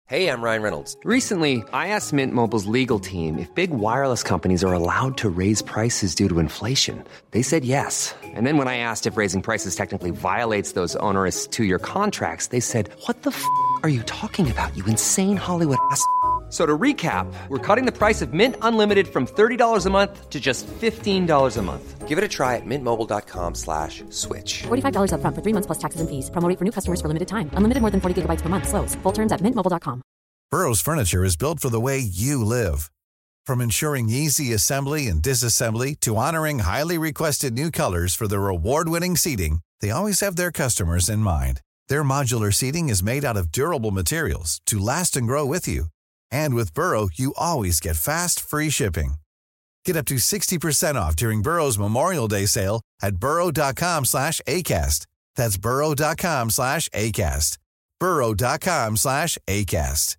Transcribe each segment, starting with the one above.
Hey, I'm Ryan Reynolds. Recently, I asked Mint Mobile's legal team if big wireless companies are allowed to raise prices due to inflation. They said yes. And then when I asked if raising prices technically violates those onerous two-year contracts, they said, "What the f*** are you talking about, you insane Hollywood ass?" So to recap, we're cutting the price of Mint Unlimited from $30 a month to just $15 a month. Give it a try at mintmobile.com/switch. $45 up front for 3 months plus taxes and fees. Promo rate for new customers for limited time. Unlimited more than 40 gigabytes per month. Slows full terms at mintmobile.com. Burrow's furniture is built for the way you live. From ensuring easy assembly and disassembly to honoring highly requested new colors for their award-winning seating, they always have their customers in mind. Their modular seating is made out of durable materials to last and grow with you. And with Burrow, you always get fast, free shipping. Get up to 60% off during Burrow's Memorial Day sale at burrow.com/ACAST. That's burrow.com/ACAST. burrow.com/ACAST.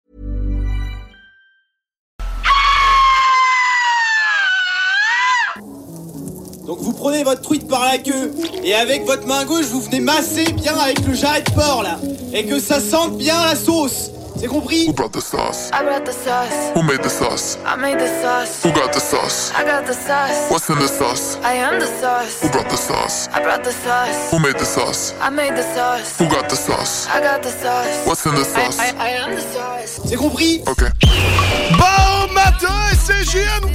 Donc vous prenez votre truite par la queue et avec votre main gauche, vous venez masser bien avec le jarret de porc là et que ça sente bien la sauce. C'est compris? Who brought the sauce? I brought the sauce. Who made the sauce? I made the sauce. Who got the sauce? I got the sauce. What's in the sauce? I am the sauce. Who brought the sauce? I brought the sauce. Who made the sauce? I made the sauce. Who got the sauce? I got the sauce. What's in the sauce? I am the sauce. C'est compris? Okay. Bon matin, c'est JMD!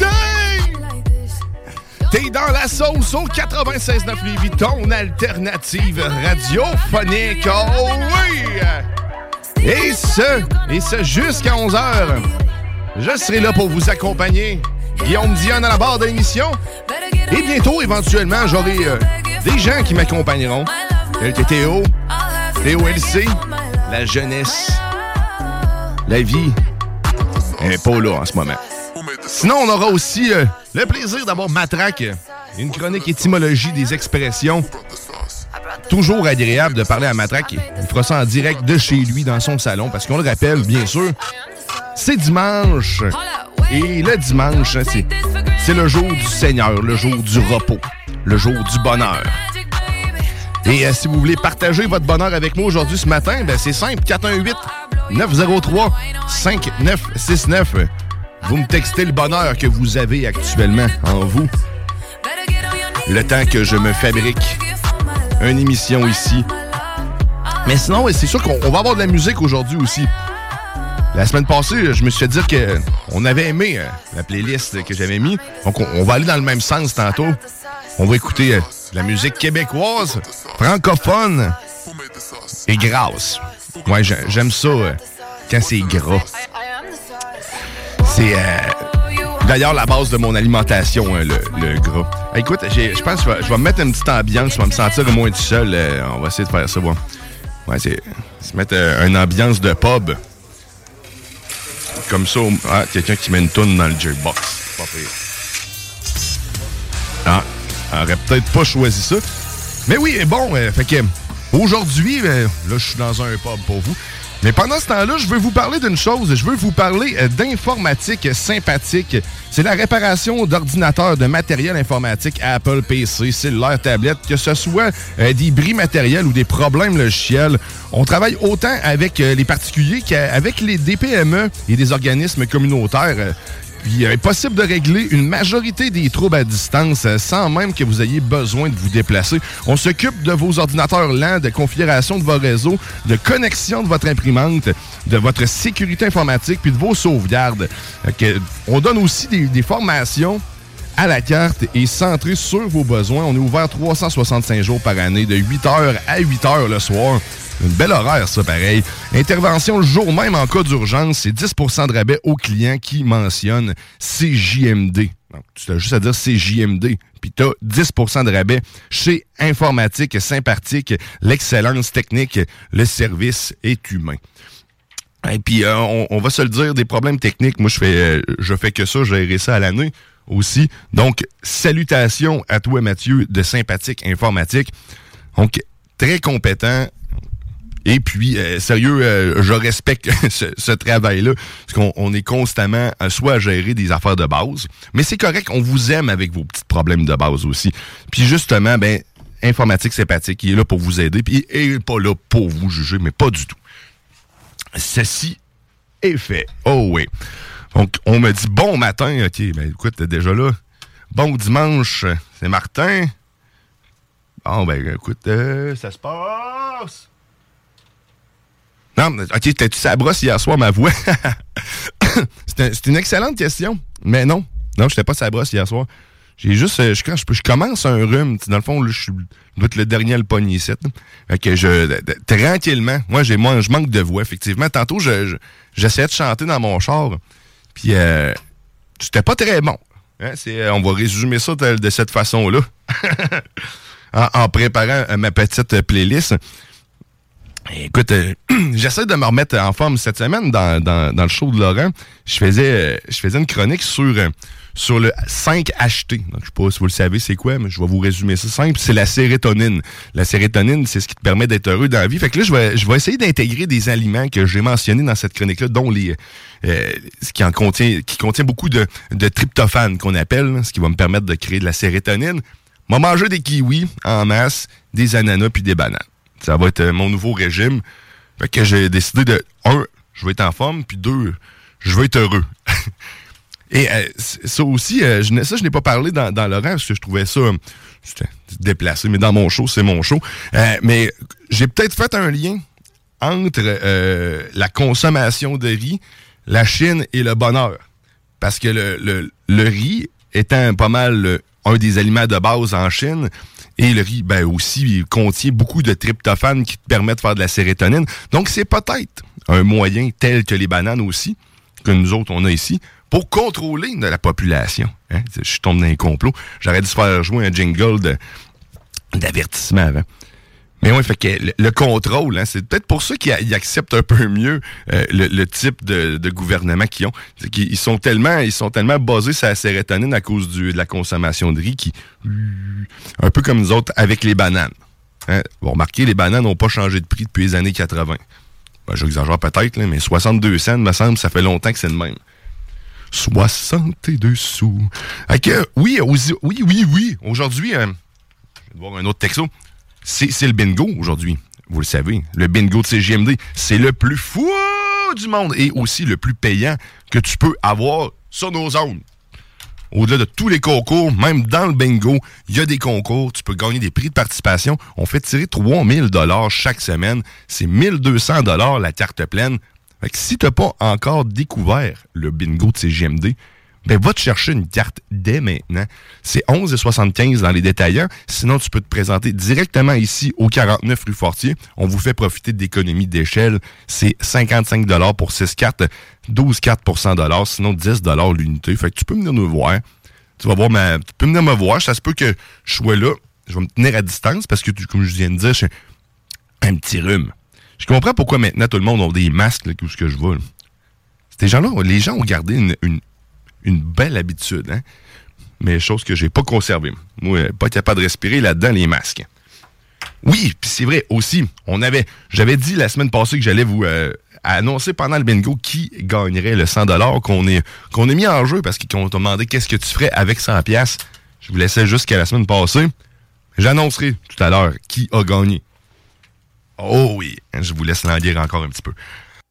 T'es dans la sauce au 96.9 Lévis, ton alternative radiophonique. Oh oui! Et ce jusqu'à 11h. Je serai là pour vous accompagner. Guillaume Dion à la barre de l'émission. Et bientôt, éventuellement, j'aurai des gens qui m'accompagneront. Tel que Théo, TOLC, la jeunesse, la vie. Elle n'est pas là en ce moment. Sinon, on aura aussi le plaisir d'avoir Matraque, une chronique étymologie des expressions. Toujours agréable de parler à Matraque. Il fera ça en direct de chez lui, dans son salon, parce qu'on le rappelle, bien sûr, c'est dimanche. Et le dimanche, c'est le jour du Seigneur, le jour du repos, le jour du bonheur. Et si vous voulez partager votre bonheur avec moi aujourd'hui, ce matin, ben c'est simple, 418-903-5969. Vous me textez le bonheur que vous avez actuellement en vous. Le temps que je me fabrique une émission ici. Mais sinon, c'est sûr qu'on va avoir de la musique aujourd'hui aussi. La semaine passée, je me suis fait dire qu'on avait aimé la playlist que j'avais mis. Donc, on va aller dans le même sens tantôt. On va écouter de la musique québécoise, francophone et grasse. Ouais, j'aime ça quand c'est gras. C'est d'ailleurs la base de mon alimentation, le gras. Écoute, je pense que je vais me mettre une petite ambiance, je vais me sentir au moins tout seul. On va essayer de faire ça. Bon. Ouais, c'est se mettre une ambiance de pub. Comme ça, quelqu'un qui met une toune dans le jukebox. Pas pire. Aurait peut-être pas choisi ça. Mais oui, bon, fait que aujourd'hui, là, je suis dans un pub pour vous. Mais pendant ce temps-là, je veux vous parler d'une chose. Je veux vous parler d'informatique sympathique. C'est la réparation d'ordinateurs, de matériel informatique Apple, PC, cellulaire, tablette, que ce soit des bris matériels ou des problèmes logiciels. On travaille autant avec les particuliers qu'avec des PME et des organismes communautaires. Il est possible de régler une majorité des troubles à distance sans même que vous ayez besoin de vous déplacer. On s'occupe de vos ordinateurs lents, de configuration de vos réseaux, de connexion de votre imprimante, de votre sécurité informatique, puis de vos sauvegardes. On donne aussi des formations à la carte et centrées sur vos besoins. On est ouvert 365 jours par année, de 8h à 8h le soir. Une belle horaire, ça, pareil. Intervention le jour même en cas d'urgence. C'est 10% de rabais aux clients qui mentionnent CJMD. Donc, tu as juste à dire CJMD. Puis tu as 10% de rabais chez Informatique Sympathique. L'excellence technique, le service est humain. Et puis, on va se le dire, des problèmes techniques. Moi, je fais que ça, gérer ça à l'année aussi. Donc, salutations à toi, Mathieu, de Sympathique Informatique. Donc, très compétent. Et puis, sérieux, je respecte ce travail-là, parce qu'on est constamment soit à gérer des affaires de base, mais c'est correct, on vous aime avec vos petits problèmes de base aussi. Puis justement, Informatique Sympathique, il est là pour vous aider, puis il n'est pas là pour vous juger, mais pas du tout. Ceci est fait. Oh oui. Donc, on me dit bon matin. OK, ben écoute, déjà là. Bon dimanche, c'est Martin. Bon, ben écoute, ça se passe. Non, OK, t'es-tu sa brosse hier soir, ma voix? C'est une excellente question. Mais non, j'étais pas sa brosse hier soir. J'ai juste, je commence un rhume. Dans le fond, là, je dois être le dernier à le pogner ici. Fait que tranquillement, moi, je manque de voix, effectivement. Tantôt, j'essayais de chanter dans mon char. Puis, c'était pas très bon. Hein? On va résumer ça de cette façon-là. en préparant ma petite playlist. Écoute, j'essaie de me remettre en forme cette semaine dans le show de Laurent. Je faisais une chronique sur le 5-HT. Donc, je sais pas si vous le savez c'est quoi, mais je vais vous résumer ça simple. C'est la sérotonine. La sérotonine, c'est ce qui te permet d'être heureux dans la vie. Fait que là, je vais essayer d'intégrer des aliments que j'ai mentionnés dans cette chronique-là, dont qui contient beaucoup de tryptophane qu'on appelle, là, ce qui va me permettre de créer de la sérotonine. M'a mangé des kiwis en masse, des ananas puis des bananes. Ça va être mon nouveau régime. Fait que j'ai décidé de, 1, je vais être en forme, puis 2, je vais être heureux. Et ça aussi, je n'ai pas parlé dans Laurent, parce que je trouvais ça c'était déplacé, mais dans mon show, c'est mon show. Mais j'ai peut-être fait un lien entre la consommation de riz, la Chine et le bonheur. Parce que le riz étant pas mal un des aliments de base en Chine, et le riz, ben aussi, contient beaucoup de tryptophane qui te permet de faire de la sérotonine. Donc, c'est peut-être un moyen, tel que les bananes aussi, que nous autres, on a ici, pour contrôler de la population. Hein? Je tombe dans un complot. J'aurais dû se faire jouer un jingle d'avertissement avant. Mais oui, fait que le contrôle, hein, c'est peut-être pour ça qu'ils acceptent un peu mieux le type de gouvernement qu'ils ont. Ils sont tellement basés sur la sérotonine à cause de la consommation de riz un peu comme nous autres avec les bananes. Hein? Vous remarquez, les bananes n'ont pas changé de prix depuis les années 80. Ben, j'exagère peut-être, là, mais 62 cents, me semble, ça fait longtemps que c'est le même. 62 sous. Oui. Aujourd'hui, je vais voir un autre texto. C'est le bingo aujourd'hui, vous le savez. Le bingo de CJMD, c'est le plus fou du monde et aussi le plus payant que tu peux avoir sur nos zones. Au-delà de tous les concours, même dans le bingo, il y a des concours. Tu peux gagner des prix de participation. On fait tirer 3 000 $ chaque semaine. C'est 1 200 $ la carte pleine. Fait que si tu n'as pas encore découvert le bingo de CJMD, ben va te chercher une carte dès maintenant. C'est 11,75 dans les détaillants. Sinon, tu peux te présenter directement ici au 49 rue Fortier. On vous fait profiter d'économies d'échelle. C'est 55 $ pour 6 cartes, 12 cartes pour 100 $, sinon 10 $ l'unité. Fait que tu peux venir nous voir. Tu peux venir me voir. Ça se peut que je sois là. Je vais me tenir à distance parce que, comme je viens de dire, j'ai un petit rhume. Je comprends pourquoi maintenant tout le monde a des masques là, où je vais. Ces gens-là, les gens ont gardé une belle habitude, hein? Mais chose que j'ai pas conservée. Moi, pas capable de respirer là-dedans, les masques. Oui, puis c'est vrai aussi, j'avais dit la semaine passée que j'allais vous annoncer pendant le bingo qui gagnerait le 100 $ qu'on a mis en jeu parce qu'on t'a demandé qu'est-ce que tu ferais avec 100 $. Je vous laissais jusqu'à la semaine passée. J'annoncerai tout à l'heure qui a gagné. Oh oui, je vous laisse languir encore un petit peu.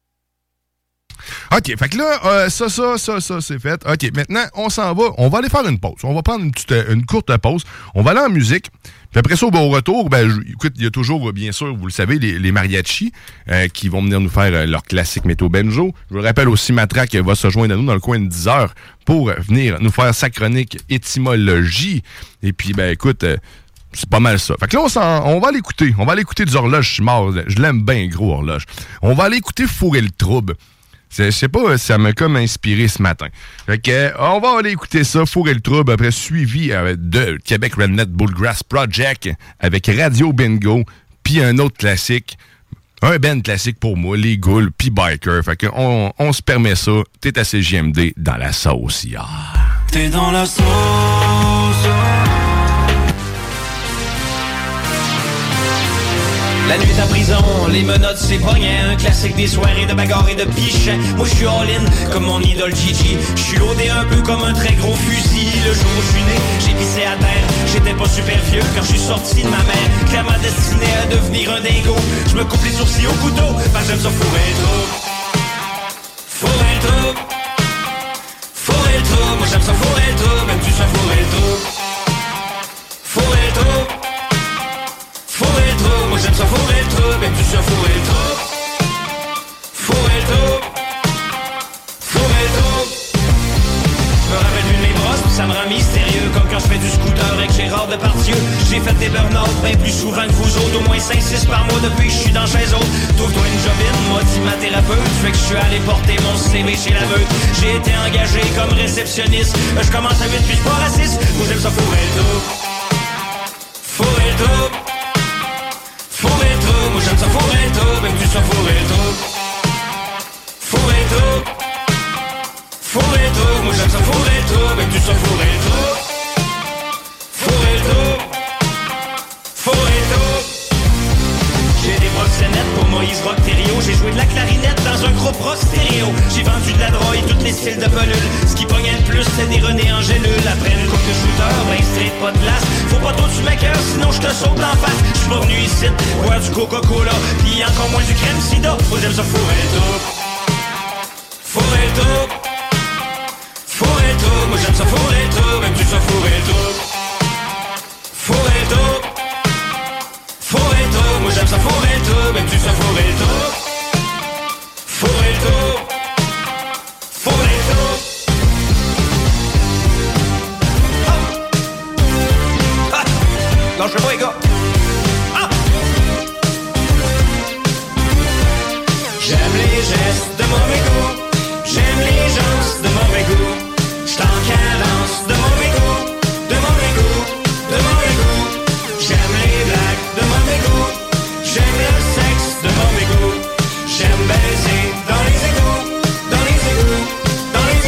OK, fait que là, ça, c'est fait. OK, maintenant, on s'en va. On va aller faire une pause. On va prendre une courte pause. On va aller en musique. Puis après ça, au retour, écoute, il y a toujours, bien sûr, vous le savez, les mariachis qui vont venir nous faire leur classique métaux banjo. Je vous rappelle aussi, Matraque va se joindre à nous dans le coin de 10 heures pour venir nous faire sa chronique étymologie. Et puis, écoute... c'est pas mal ça. Fait que là, on va l'écouter. On va l'écouter du Horloge. Je suis mort. Je l'aime bien gros, Horloge. On va aller écouter Fourrer le trouble. Je sais pas, ça m'a comme inspiré ce matin. Fait que, on va aller écouter ça, Fourrer le trouble, après suivi de Québec Redneck Bullgrass Project avec Radio Bingo, puis un autre classique, un band classique pour moi, les Ghouls, puis Biker. Fait que on se permet ça. T'es à CJMD dans la sauce, yeah. T'es dans la sauce. La nuit à prison, les menottes c'est pogné. Un classique des soirées de bagarre et de piche. Moi je suis all-in comme mon idole Gigi. Je suis loadé un peu comme un très gros fusil. Le jour où je suis né, j'ai pissé à terre. J'étais pas super vieux quand je suis sorti de ma mère. Clairement destiné à devenir un dingo. Je me coupe les sourcils au couteau, parce que j'aime ça fourrer trop. quand je fais du scooter avec Gérard Depardieu. J'ai fait des burn-out bien plus souvent que vous autres, au moins 5-6 par mois depuis que je suis dans chez autres. Trouve-toi une jobine, m'a dit ma thérapeute, fait que je suis allé porter mon CV chez la meute. J'ai été engagé comme réceptionniste, je commence à 8 puis je suis pas raciste. Moi j'aime ça fourrer le tout. Fourrer le tout. Fourrer le tout. Moi j'aime ça fourrer le tout. Même tu sois fourrer le tout. Fourrer le tout. Fourrer le tout. Moi j'aime ça fourrer le tout. Même tu sois fourrer le tout. Fourrer le tout. Fourrer le tout. J'ai des proxénètes pour Moïse Rock Thériault. J'ai joué de la clarinette dans un groupe rock stéréo. J'ai vendu de la drogue, tous les styles de pelule. Ce qui pognait le plus, c'était des René Angélule. Après une coupe de shooter, ben straight, pas de glace. Faut pas trop tu m'écoeures, sinon je te saute d'en face. J'suis pas venu ici boire du Coca-Cola, pis encore moins du crème sida. Faut j'aime ça fourrer le tout. Fourrer le tout. Fourrer le tout. Moi j'aime ça fourrer le tout. Même tu sois fourrer le tout. Fourrer le tout. Fourrer le tout. Moi j'aime ça fourrer le tout. Même tu sois fourrer le tout. Fourrer le tout. Fourrer le tout. Ah! Lâchez pas les gars. Ah! J'aime les gestes de mauvais goût. J'aime les gens de mauvais goût. J't'en cadence de mauvais goût. De mauvais goût. De mauvais goût. J'aime les blagues de mauvais goût. J'aime le sexe de mauvais goût. J'aime baiser dans les égouts. Dans les égouts. Dans les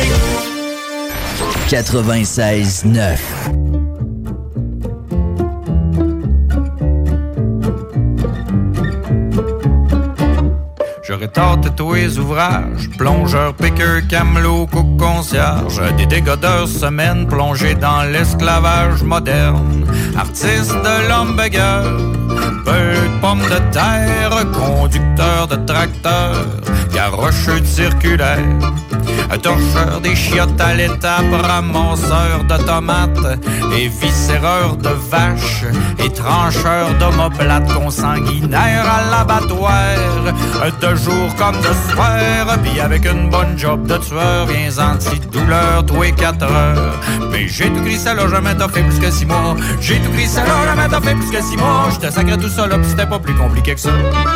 égouts. 96.9. J'aurais tenté tous les ouvrages, plongeur, piqueur, camelot, cook, concierge, des dégodeurs semaines plongés dans l'esclavage moderne, artiste de l'hamburger, peu de pommes de terre, conducteur de tracteur, garocheux de circulaire, torcheur des chiottes à l'étape, ramasseur de tomates et viscéreur de vaches et trancheur d'omoplates consanguinaires à l'abattoir, de jour comme de soir, puis avec une bonne job de tueur, viens anti-douleur, tous les 4 heures. Mais j'ai tout gris ça là, jamais t'as fait plus que 6 mois. J'ai tout gris ça là, jamais t'as fait plus que 6 mois. J'te sacré tout ça là, pis c'était pas plus compliqué que ça.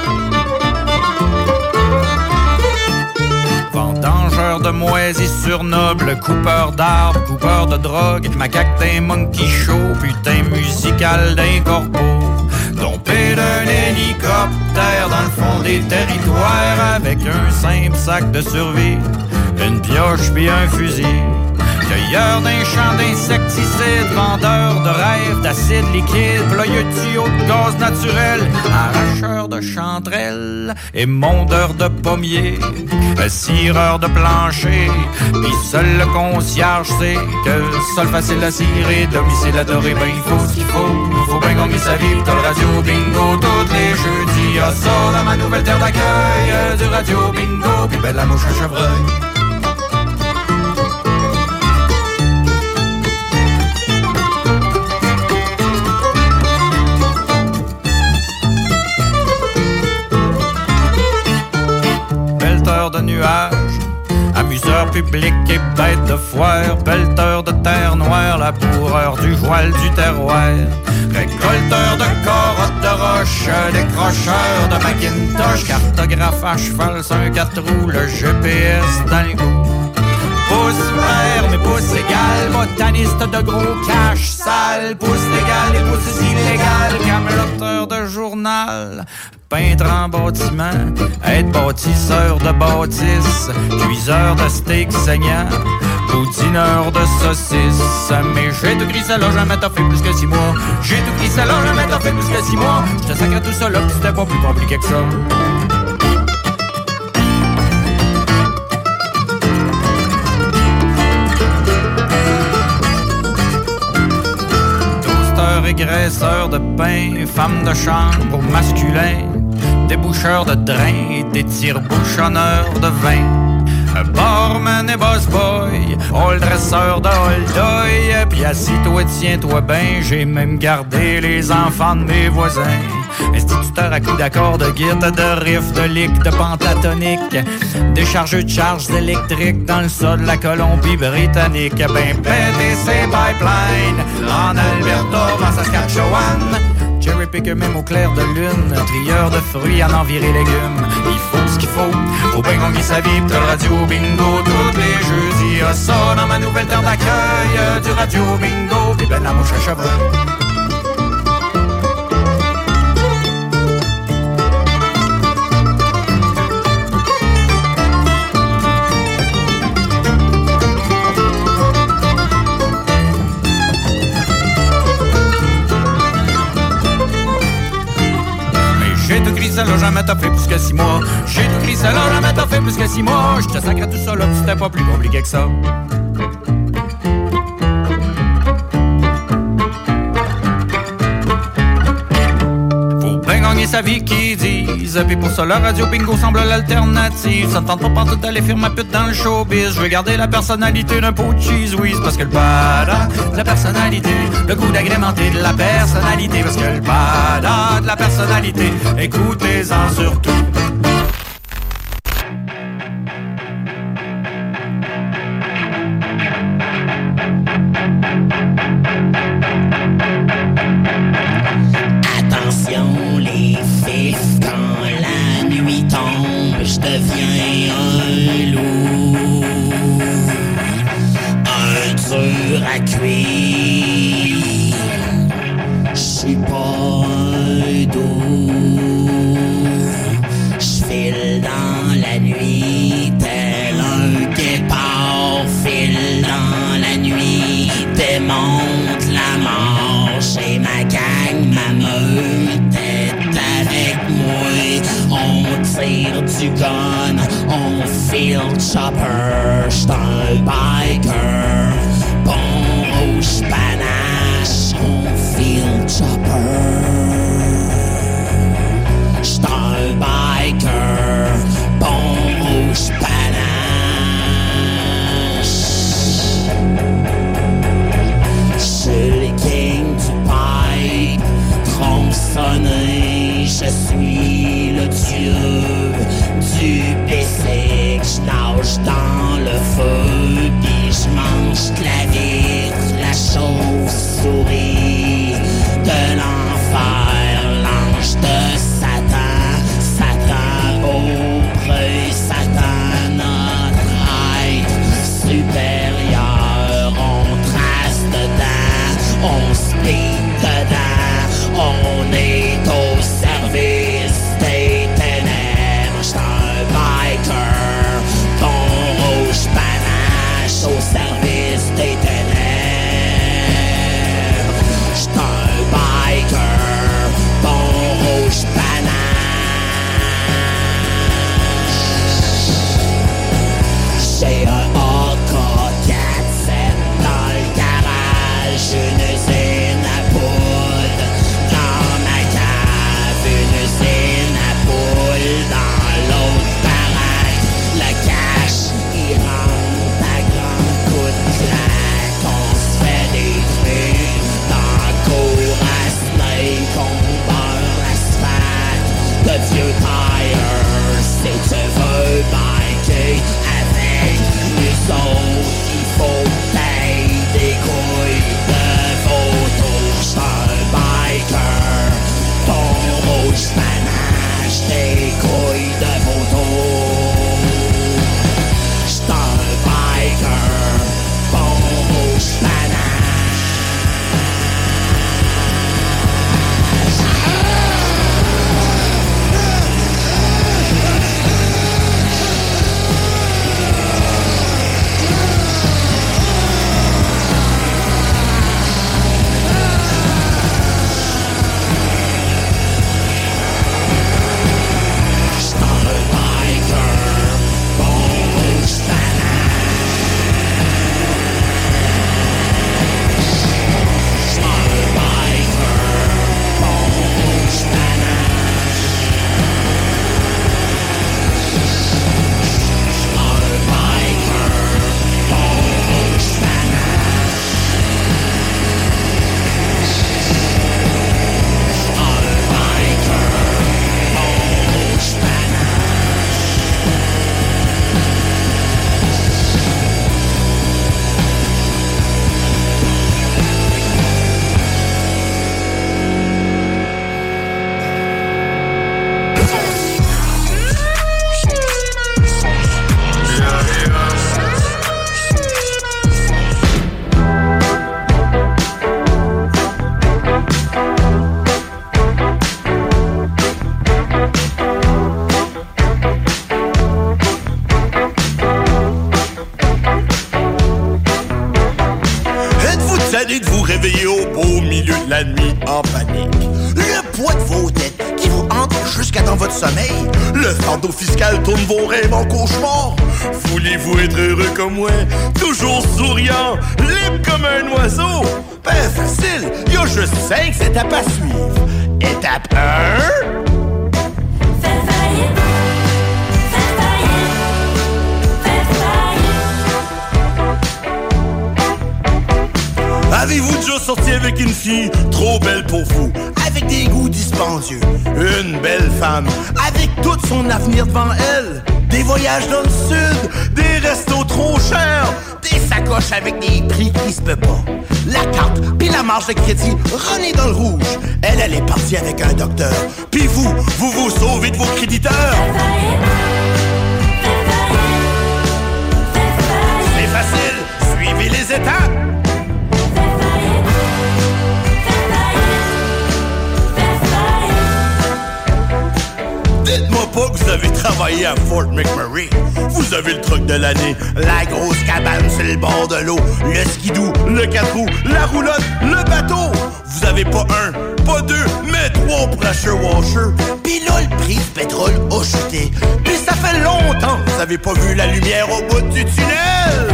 Vendangeur de moisissures nobles, coupeur d'arbres, coupeur de drogue, macaque d'un monkey show, putain musical d'un corbeau. Dompé d'un hélicoptère dans le fond des territoires avec un simple sac de survie, une pioche puis un fusil. Cueilleur d'un champ d'insecticides, vendeur de rêves d'acide liquide, ployeux de tuyaux de gaz naturel, arracheur de chanterelles et mondeur de pommiers, cireur de plancher, pis seul le concierge sait que sol facile à cirer, domicile adoré, ben il faut ce qu'il faut bien gagner sa vie, pis t'as le radio bingo tous les jeudis, y'a ça dans ma nouvelle terre d'accueil, du radio bingo, pis belle la mouche à chevreuil. De nuages, amuseur public et bête de foire, pelleteur de terre noire, laboureur du voile du terroir, récolteur de carottes de roche, décrocheur de Macintosh, cartographe à cheval sur un 4 roues, le GPS dans le goût. Pouce vert, mais pouce égal, botaniste de gros cash sale, pouce légal et pouce illégal, cameloteur de journal, peintre en bâtiment, être bâtisseur de bâtisse, cuiseur de steak saignant, boudineur de saucisses. Mais j'ai tout gris ça là, jamais t'as fait plus que 6 mois. J'ai tout gris ça là, jamais t'as fait plus que 6 mois. J'te sacré tout ça là, pis c'était pas plus compliqué que ça. Graisseur de pain, femme de chambre masculin, déboucheur de drain et des tire-bouchonneurs de vin. Barman et boss boy, pas le dresseur de Holdoy. Puis assis-toi, tiens-toi ben, j'ai même gardé les enfants de mes voisins. Instituteur à coups d'accords, de guitare, de riff, de lick, de pentatonique. Des chargeurs de charges électriques dans le sol de la Colombie-Britannique. Ben pété ces pipelines en Alberta, en Saskatchewan. Cherry picker même au clair de lune, trieur de fruits en enviré légumes. Il faut ce qu'il faut bien gagner sa vie. Pis le radio bingo tous les jeudis. Ah ça dans ma nouvelle terre d'accueil, du radio bingo. Pis ben la mouche à chevreuil. J'ai tout gris, ça l'a jamais tapé plus que 6 mois. J'ai tout gris, ça l'a jamais tapé plus que 6 mois. Je te sacrais tout ça là, c'était pas plus compliqué que ça. Faut bien gagner sa vie qu'ils disent. Puis pour ça, la radio bingo semble l'alternative. Ça ne tente pas partout d'aller faire ma pute dans le showbiz. Je veux garder la personnalité d'un pot de cheese whiz. Parce que le bada de la personnalité, le goût d'agrémenter de la personnalité. Parce que le bada de la personnalité, écoutez-en surtout. Attention les fifs, quand la nuit tombe, je deviens un loup, un dur à cuire. J'suis pas un doux, j'file dans la nuit tel un guépard, file dans la nuit, démonte la marche et ma gang, ma meute est avec moi. On tire du gun, on field chopper, j'suis un biker, bon rouge panache, on field chopper. J'suis un biker, bon rouge panache. J'suis le king du pipe, tronçonné, je suis le dieu du basic. J'nage dans le feu, pis j'mange de la vitre, la chauve-souris de l'enfer, l'ange de Satan, Satan au preuil, Satan la nuit en panique. Le poids de vos dettes qui vous hante jusqu'à dans votre sommeil. Le fardeau fiscal tourne vos rêves en cauchemar. Voulez-vous être heureux comme moi, toujours souriant, libre comme un oiseau? Ben facile, y a juste 5 étapes à suivre. Étape 1... Avez-vous déjà sorti avec une fille trop belle pour vous, avec des goûts dispendieux, une belle femme, avec tout son avenir devant elle, des voyages dans le sud, des restos trop chers, des sacoches avec des prix qui se peut pas, la carte puis la marge de crédit renée dans le rouge. Elle est partie avec un docteur, puis vous sauvez de vos créditeurs. C'est facile, suivez les étapes. Dites-moi pas que vous avez travaillé à Fort McMurray. Vous avez le truck de l'année, la grosse cabane sur le bord de l'eau, le skidoo, le 4 roues, la roulotte, le bateau. Vous avez pas un, pas 2, mais 3 pressure washers. Pis là, le prix du pétrole a chuté. Pis ça fait longtemps que vous avez pas vu la lumière au bout du tunnel.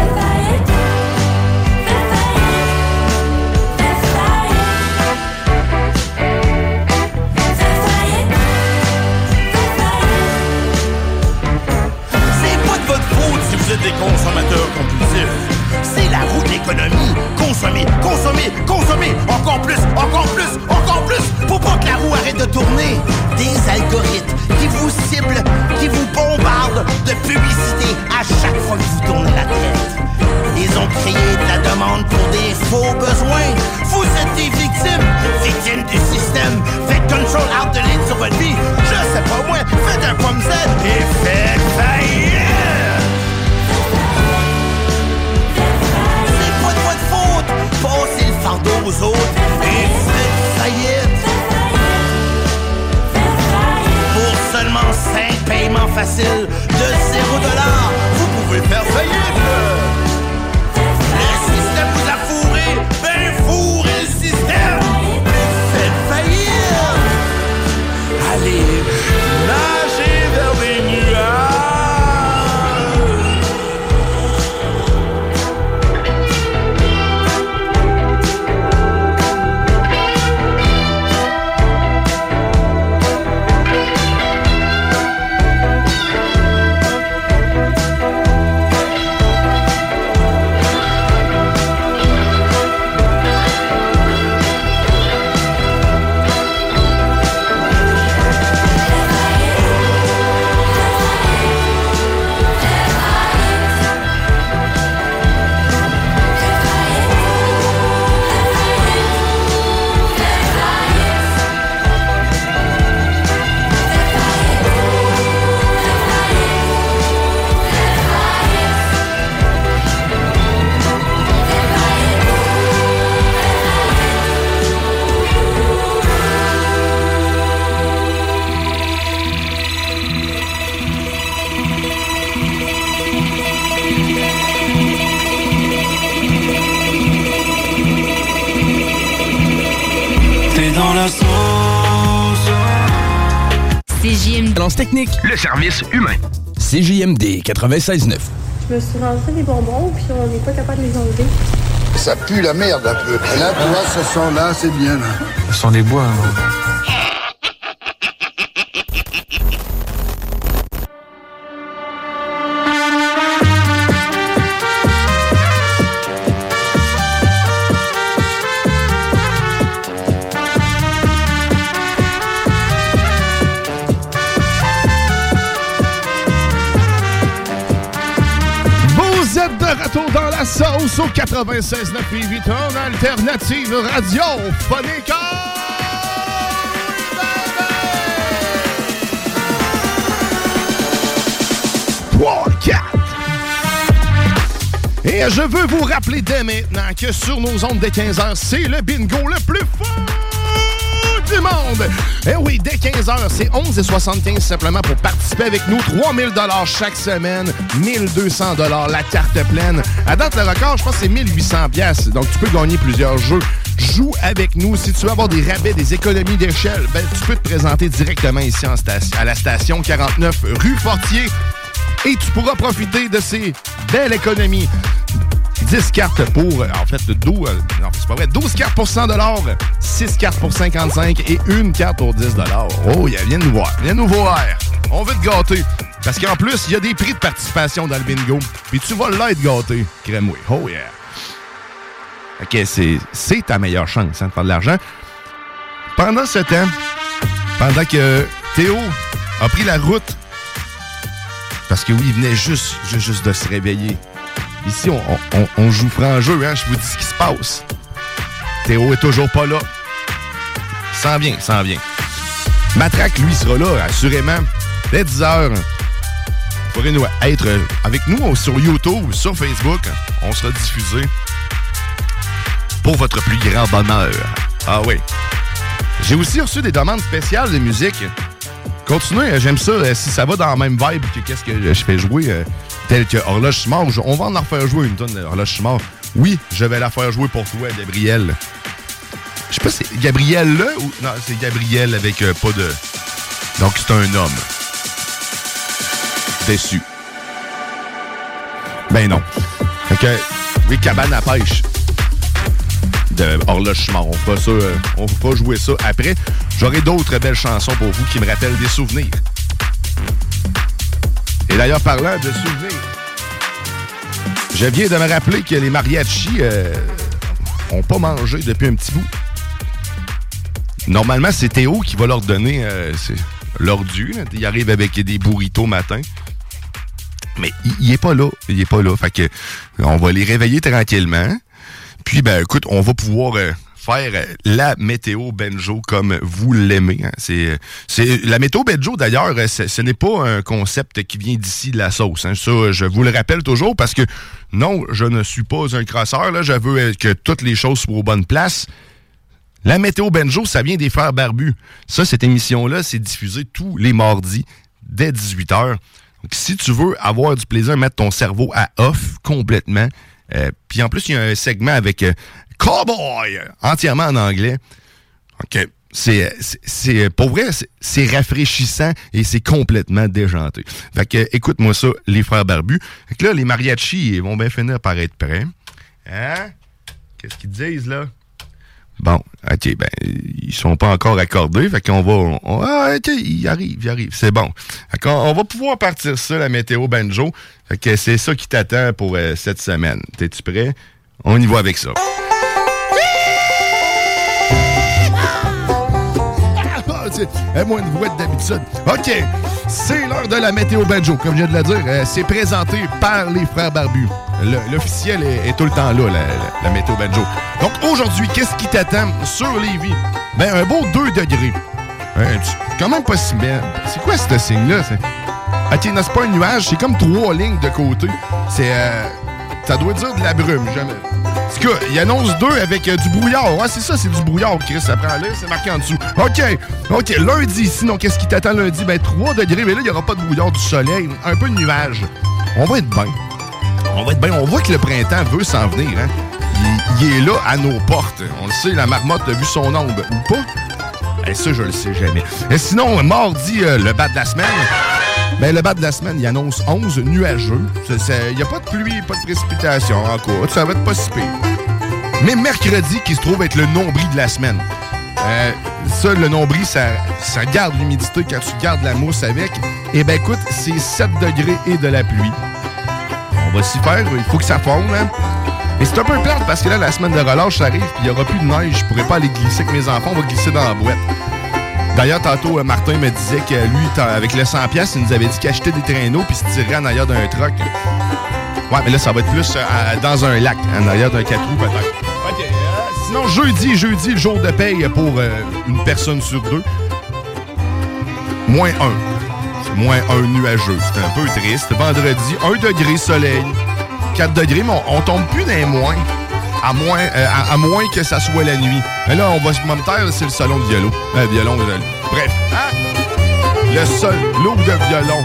Vous êtes des consommateurs compulsifs. C'est la roue de l'économie. Consommez, consommez, consommez. Encore plus, encore plus, encore plus. Pour pas que la roue arrête de tourner. Des algorithmes qui vous ciblent, qui vous bombardent de publicité à chaque fois que vous tournez la tête. Ils ont créé de la demande pour des faux besoins. Vous êtes des victimes, victimes du système. Faites control out the lead sur votre vie. Je sais pas moi, faites un pomme Z et faites faillite. Passez le fardeau aux autres et faites faillite. Pour seulement 5 paiements faciles de 0$, vous pouvez faire faillite. Le système vous a fourré, ben fourrez le système. Faites faillite. Allez, nagez vers les nuages. Dans la sauce. CJMD. Balance technique, le service humain. CJMD 96.9. Je me suis rentré des bonbons, puis on n'est pas capable de les enlever. Ça pue la merde un peu. Et là, tu vois, ce son-là, c'est bien, là. Ce sont des bois, hein. Dans la sauce au 96.9 et 8 en alternative radiophonique. 3, 4. Et je veux vous rappeler dès maintenant que sur nos ondes des 15h, c'est le bingo le plus fort du le monde! Eh oui, dès 15h, c'est 11,75 simplement pour participer avec nous. 3 000 $ chaque semaine, 1 200 $ la carte pleine. À date, le record, je pense que c'est 1 800 $. Donc, tu peux gagner plusieurs jeux. Joue avec nous. Si tu veux avoir des rabais, des économies d'échelle, ben, tu peux te présenter directement ici à la station 49 rue Fortier. Et tu pourras profiter de ces belles économies. 10 cartes pour, en fait, 12, non, c'est pas vrai, 12 cartes pour 100 $, 6 cartes pour 55 et une carte pour 10 $. Oh, viens nous voir, viens nous voir. On veut te gâter. Parce qu'en plus, il y a des prix de participation dans le bingo. Puis tu vas là être gâté. Crème-moi. Oh yeah. OK, c'est ta meilleure chance de faire de l'argent. Pendant ce temps, pendant que Théo a pris la route, parce que oui, il venait juste de se réveiller. Ici, on joue franc jeu, hein? Je vous dis ce qui se passe. Théo est toujours pas là. Il s'en vient. Matraque, lui, sera là, assurément. Dès 10h, vous pourrez être avec nous sur YouTube, sur Facebook. On sera diffusé pour votre plus grand bonheur. Ah oui. J'ai aussi reçu des demandes spéciales de musique. Continuez, j'aime ça. Si ça va dans la même vibe que qu'est-ce que je fais jouer, tel que Horloge Smart, on va en refaire jouer une tonne d'Horloge Smart. Oui, je vais la faire jouer pour toi, Gabriel. Je sais pas si c'est Gabriel là ou... Non, c'est Gabriel avec pas de... Donc, c'est un homme. Déçu. Ben non. Fait que, oui, Cabane à pêche de Horloge Smart. On fera jouer ça après. J'aurai d'autres belles chansons pour vous qui me rappellent des souvenirs. Et d'ailleurs, parlant de souvenirs, je viens de me rappeler que les mariachis n'ont pas mangé depuis un petit bout. Normalement, c'est Théo qui va leur donner leur dû. Il arrive avec des burritos matin. Mais il est pas là. Fait que on va les réveiller tranquillement. Puis, ben, écoute, on va pouvoir faire la météo Benjo comme vous l'aimez. Hein. C'est la météo Benjo, d'ailleurs, ce n'est pas un concept qui vient d'ici de la sauce. Hein. Ça, je vous le rappelle toujours parce que, non, je ne suis pas un crosseur. Là. Je veux que toutes les choses soient aux bonnes places. La météo Benjo, ça vient des Frères Barbus. Ça, cette émission-là, c'est diffusé tous les mardis dès 18h. Donc, si tu veux avoir du plaisir, mettre ton cerveau à off complètement. Puis en plus, il y a un segment avec Cowboy, entièrement en anglais. OK. C'est pour vrai, c'est rafraîchissant et c'est complètement déjanté. Fait que, écoute-moi ça, les Frères Barbus. Fait que là, les mariachis, ils vont bien finir par être prêts. Hein? Qu'est-ce qu'ils disent, là? Bon, OK, ben, ils sont pas encore accordés, fait qu'on va... OK, ils arrivent, c'est bon. Fait qu'on va pouvoir partir ça, la météo Benjo. Fait que c'est ça qui t'attend pour cette semaine. T'es-tu prêt? On y va avec ça. Moins de voix d'habitude. OK, c'est l'heure de la météo Benjo. Comme je viens de le dire, c'est présenté par les Frères Barbus. L'officiel est tout le temps là, la météo Benjo. Donc aujourd'hui, qu'est-ce qui t'attend sur Lévis? Ben, un beau 2 degrés. Quand même pas si bien. C'est quoi ce signe-là? OK, non, c'est pas un nuage, c'est comme 3 lignes de côté. Ça doit dire de la brume, jamais. En tout cas, il annonce 2 avec du brouillard. Ouais, c'est ça, c'est du brouillard, Chris. Ça prend là, c'est marqué en dessous. OK, lundi, sinon, qu'est-ce qui t'attend lundi? Ben, 3 degrés, mais là, il n'y aura pas de brouillard, du soleil, un peu de nuage. On va être bien. On voit que le printemps veut s'en venir, hein. Il est là, à nos portes. On le sait, la marmotte a vu son ombre, ou pas? Ça, je le sais jamais. Et sinon, mardi, le bas de la semaine... Ben, le bas de la semaine, il annonce 11 nuageux. Il n'y a pas de pluie, pas de précipitation encore. Ça va être pas si pire. Mais mercredi, qui se trouve être le nombril de la semaine. Ça, le nombril, ça garde l'humidité quand tu gardes la mousse avec. Eh ben, écoute, c'est 7 degrés et de la pluie. On va s'y faire. Il faut que ça fonde, hein. Et c'est un peu plate parce que là, la semaine de relâche, ça arrive puis il n'y aura plus de neige. Je pourrais pas aller glisser avec mes enfants. On va glisser dans la boîte. D'ailleurs, tantôt, Martin me disait que lui, avec le 100$, il nous avait dit qu'il achetait des traîneaux puis se tirait en arrière d'un truck. Ouais, mais là, ça va être plus dans un lac, en arrière d'un 4 roues, peut-être. OK. Sinon, jeudi, le jour de paye pour une personne sur 2. -1. C'est -1 nuageux. C'est un peu triste. Vendredi, 1 degré soleil. 4 degrés, mais on tombe plus dans les moins. À moins que ça soit la nuit. Mais là, on va se taire, c'est le solo de violon. Bref. Hein? Le solo de violon.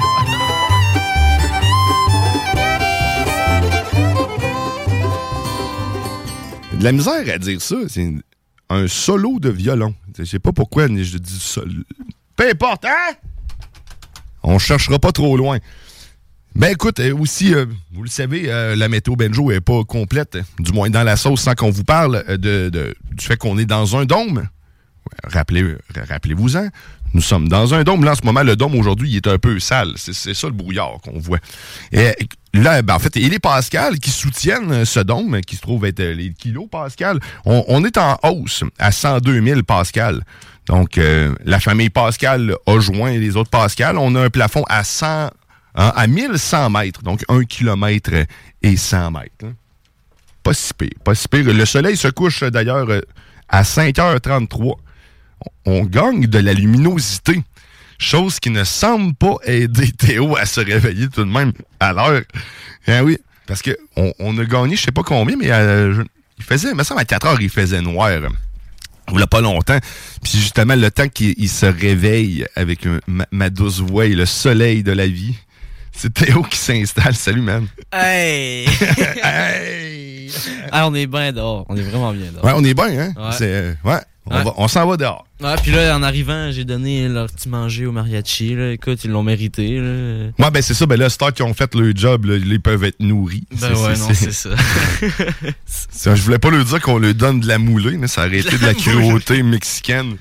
De la misère à dire ça. C'est un solo de violon. Je sais pas pourquoi je dis solo. Peu importe, hein? On cherchera pas trop loin. Ben écoute, aussi, vous le savez, la météo banjo est pas complète, du moins dans la sauce, sans qu'on vous parle du fait qu'on est dans un dôme. Rappelez-vous-en, nous sommes dans un dôme. Là, en ce moment, le dôme, aujourd'hui, il est un peu sale. C'est ça le brouillard qu'on voit. Et là, ben, en fait, et les Pascal qui soutiennent ce dôme, qui se trouve être les kilos Pascal, on est en hausse à 102 000 Pascal. Donc, la famille Pascal a joint les autres Pascal. On a un plafond à 1100 mètres, donc 1 kilomètre et 100 mètres. Hein. Pas si pire. Le soleil se couche d'ailleurs à 5h33. On gagne de la luminosité, chose qui ne semble pas aider Théo à se réveiller tout de même à l'heure. Hein, oui, parce que on a gagné, je sais pas combien, mais il faisait, il me semble à 4h, il faisait noir. Il n'y a pas longtemps. Puis justement, le temps qu'il se réveille avec ma douce voix et le soleil de la vie, c'est Théo qui s'installe. Salut, man. Hey! Hey! Ah, on est bien dehors. On est vraiment bien dehors. Ouais, on est bien, hein? Ouais. On s'en va dehors. Ouais, puis là, en arrivant, j'ai donné leur petit manger au mariachi. Là. Écoute, ils l'ont mérité. Là. Ouais, ben c'est ça. Ben là, Star qui ont fait le job, là, ils peuvent être nourris. C'est ça. Je voulais pas leur dire qu'on leur donne de la moulée, mais ça aurait été de la cruauté mexicaine.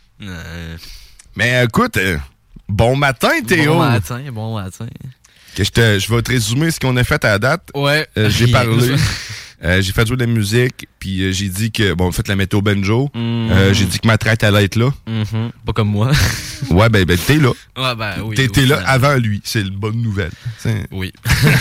Mais écoute, bon matin, Théo. Bon matin. Que je vais te résumer ce qu'on a fait à la date. Ouais. J'ai parlé. J'ai fait jouer de la musique, puis j'ai dit que, bon, faites la météo banjo. J'ai dit que ma traite allait être là. Pas comme moi. Ouais, ben, t'es là. Ouais, ben, oui. T'es là avant lui. C'est une bonne nouvelle. Oui.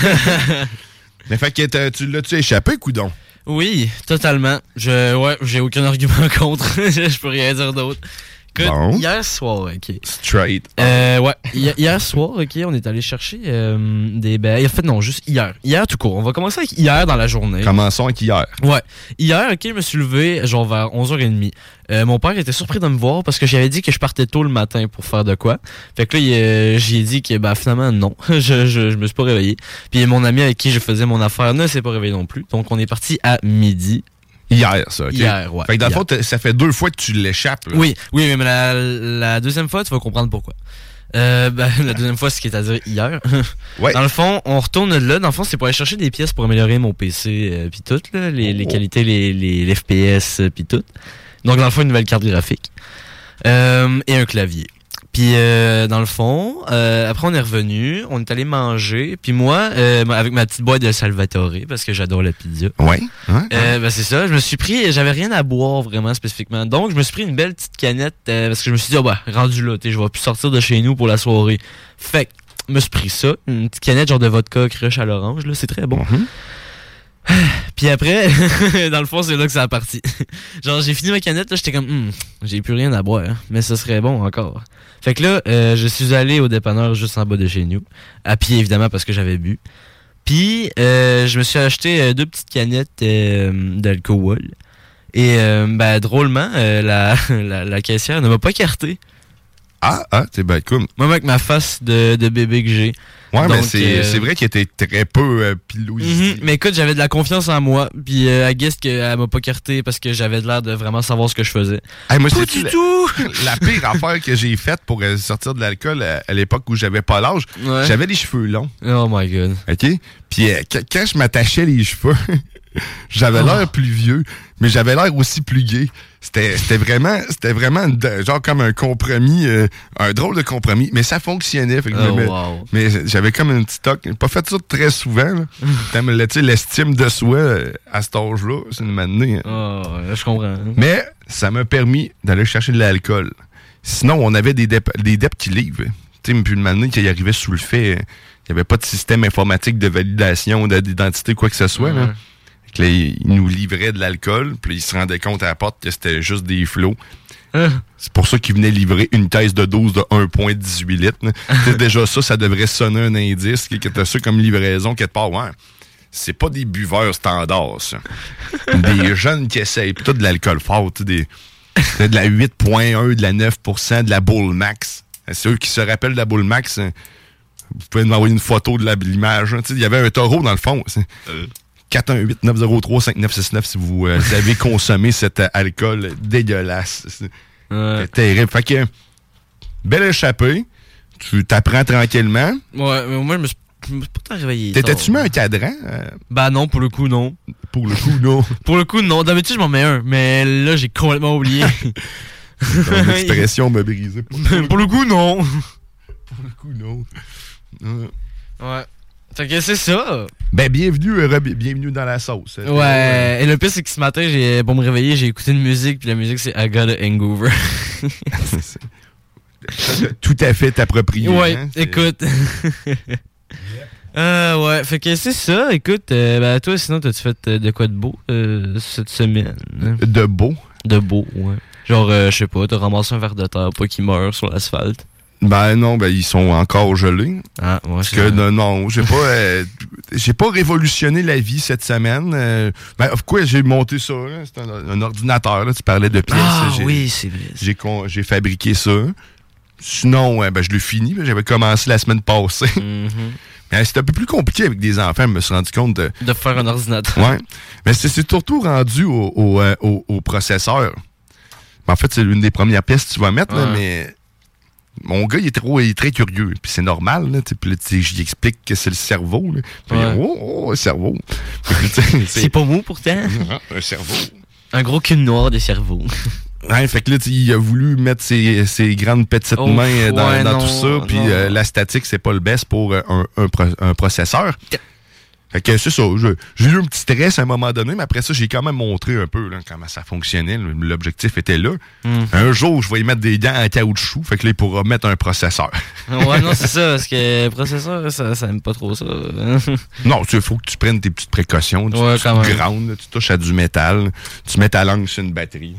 Mais fait que tu l'as-tu échappé, coudon? Oui, totalement. J'ai aucun argument contre. Je peux rien dire d'autre. Écoute, bon. Hier soir, OK. Straight. Ouais. Hier soir, OK, on est allé chercher des... Ben, en fait, non, juste hier. Hier, tout court. On va commencer avec hier dans la journée. Commençons avec hier. Ouais. Hier, OK, je me suis levé genre vers 11h30. Mon père était surpris de me voir parce que j'avais dit que je partais tôt le matin pour faire de quoi. Fait que là, j'ai dit que ben, finalement, non. je me suis pas réveillé. Puis mon ami avec qui je faisais mon affaire ne s'est pas réveillé non plus. Donc, on est parti à midi. Hier, ça, OK? Hier, ouais. Fait que dans le fond, ça fait 2 fois que tu l'échappes. Là. Oui, mais la deuxième fois, tu vas comprendre pourquoi. La deuxième fois, ce qui est à dire hier. Ouais. Dans le fond, on retourne là. Dans le fond, c'est pour aller chercher des pièces pour améliorer mon PC pis tout, là, les qualités, les FPS pis tout. Donc, dans le fond, une nouvelle carte graphique. Et un clavier. Puis dans le fond, après on est revenu, on est allé manger. Puis moi, avec ma petite boîte de Salvatore, parce que j'adore la pizza. Ouais. Ben c'est ça. Je me suis pris, j'avais rien à boire vraiment spécifiquement. Donc je me suis pris une belle petite canette parce que je me suis dit, rendu là, je vais plus sortir de chez nous pour la soirée. Fait que je me suis pris ça, une petite canette genre de vodka crush à l'orange, là, c'est très bon. Puis après, dans le fond, c'est là que ça a parti. Genre, j'ai fini ma canette, là, j'étais comme, j'ai plus rien à boire, hein, mais ça serait bon encore. Fait que là, je suis allé au dépanneur juste en bas de chez nous, à pied évidemment parce que j'avais bu. Puis, je me suis acheté 2 petites canettes d'alcool. Et, drôlement, la caissière ne m'a pas écarté. C'est bien cool. Même avec ma face de bébé que j'ai. Ouais, donc, mais c'est vrai qu'il était très peu pilouisé. Mais écoute, j'avais de la confiance en moi. Puis, I guess qu'elle m'a pas écarté parce que j'avais l'air de vraiment savoir ce que je faisais. Moi, pas du tout! La pire affaire que j'ai faite pour sortir de l'alcool à l'époque où j'avais pas l'âge, j'avais les cheveux longs. Oh my God. OK? Puis quand je m'attachais les cheveux, j'avais l'air plus vieux, mais j'avais l'air aussi plus gay. C'était vraiment genre comme un compromis, un drôle de compromis, mais ça fonctionnait. Fait que mais j'avais comme une petite toque. J'ai pas fait ça très souvent. L'estime de soi à cet âge-là, c'est une manée. Je comprends. Mais ça m'a permis d'aller chercher de l'alcool. Sinon, on avait des deps qui livrent. Tu sais, puis une manée qui arrivait sous le fait, il n'y avait pas de système informatique de validation d'identité, quoi que ce soit. Là. Là, ils nous livraient de l'alcool, puis ils se rendaient compte à la porte que c'était juste des flots. C'est pour ça qu'ils venaient livrer une caisse de dose de 1,18 litres. Déjà ça devrait sonner un indice, que t'as ça comme livraison quelque part. Ouais. c'est pas des buveurs standards, ça. Des jeunes qui essayent plutôt de l'alcool fort, de la 8.1, de la 9%, de la Bull Max. Ceux qui se rappellent de la Bull Max, vous pouvez nous envoyer une photo de l'image. Il y avait un taureau dans le fond. 418-903-5969 si vous avez consommé cet alcool dégueulasse. C'est terrible. Fait que, belle échappée. Tu t'apprends tranquillement. Ouais, mais moi, je me suis pas tant réveillé. T'étais-tu mis un cadran? Ben non, pour le coup, non. Pour le coup, non. Pour le coup, non. D'habitude, je m'en mets un, mais là, j'ai complètement oublié. Ton expression m'a brisé. Pour le coup, non. Pour le coup, non. Ouais. Fait que c'est ça. Ben, bienvenue dans la sauce. Ouais. Et le pire, c'est que ce matin, pour me réveiller, j'ai écouté une musique, puis la musique, c'est I Got a Hangover. Tout à fait approprié. Ouais, hein? écoute. Ouais, fait que c'est ça. Écoute, ben toi, sinon, t'as-tu fait de quoi de beau cette semaine? De beau? De beau, ouais. Genre, je sais pas, t'as ramassé un verre de terre, pas qu'il meurt sur l'asphalte. Ben non, ben ils sont encore gelés. Ah, ouais. Parce que non, j'ai pas révolutionné la vie cette semaine. Ben pourquoi j'ai monté ça, là? C'est un ordinateur, là, tu parlais de pièces. Ah oui, c'est vrai. J'ai fabriqué ça. Sinon, ben je l'ai fini, j'avais commencé la semaine passée. Mais c'était un peu plus compliqué avec des enfants, je me suis rendu compte de faire un ordinateur. Ouais. Mais c'est surtout rendu au processeur. En fait, c'est l'une des premières pièces que tu vas mettre, là, mais mon gars, il est très curieux. Puis c'est normal, là. Puis là, j'y explique que c'est le cerveau. Là. Puis le cerveau. C'est pas mou, pourtant. Un cerveau. Un gros cul noir de cerveau. Ouais, fait que là, il a voulu mettre ses grandes petites mains dans tout ça. Puis la statique, c'est pas le best pour un processeur. Fait que c'est ça. J'ai eu un petit stress à un moment donné, mais après ça, j'ai quand même montré un peu là, comment ça fonctionnait. L'objectif était là. Un jour, je vais y mettre des gants en caoutchouc, fait que là, il pourra mettre un processeur. Ouais, non, c'est ça, parce que le processeur, ça aime pas trop ça. Non, il faut que tu prennes tes petites précautions. Tu groundes, tu touches à du métal, tu mets ta langue sur une batterie.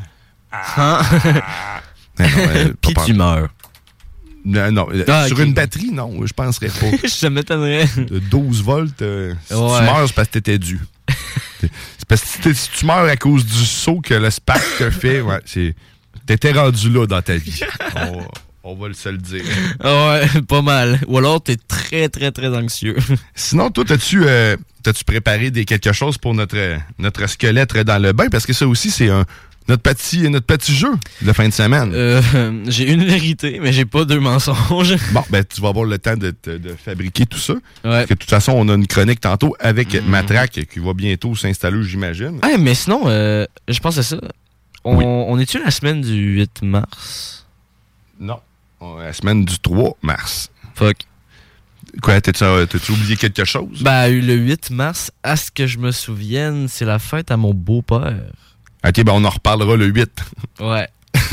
Puis tu meurs. Non, sur une batterie, non, je penserais pas. Je m'étonnerais. 12 volts, si tu meurs, c'est parce que t'étais dû. C'est parce que si tu meurs à cause du saut que le SPAC te fait, t'étais rendu là dans ta vie. On va se le dire. Ouais, pas mal. Ou alors, t'es très, très, très anxieux. Sinon, toi, t'as-tu préparé quelque chose pour notre squelette dans le bain? Parce que ça aussi, c'est notre petit jeu de fin de semaine. J'ai une vérité, mais j'ai pas deux mensonges. Bon, ben tu vas avoir le temps de fabriquer tout ça. Ouais. Parce que de toute façon, on a une chronique tantôt avec Matraque qui va bientôt s'installer, j'imagine. Ouais, mais sinon, je pense à ça. On est-tu la semaine du 8 mars? Non. La semaine du 3 mars. Fuck. Quoi, t'as-tu oublié quelque chose? Ben, le 8 mars, à ce que je me souvienne, c'est la fête à mon beau-père. OK, ben on en reparlera le 8. Ouais.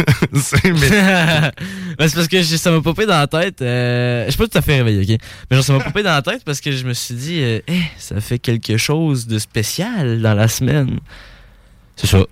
C'est parce que ça m'a popé dans la tête. Je suis pas tout à fait réveillé, OK? Mais genre, ça m'a popé dans la tête parce que je me suis dit, ça fait quelque chose de spécial dans la semaine. C'est ça.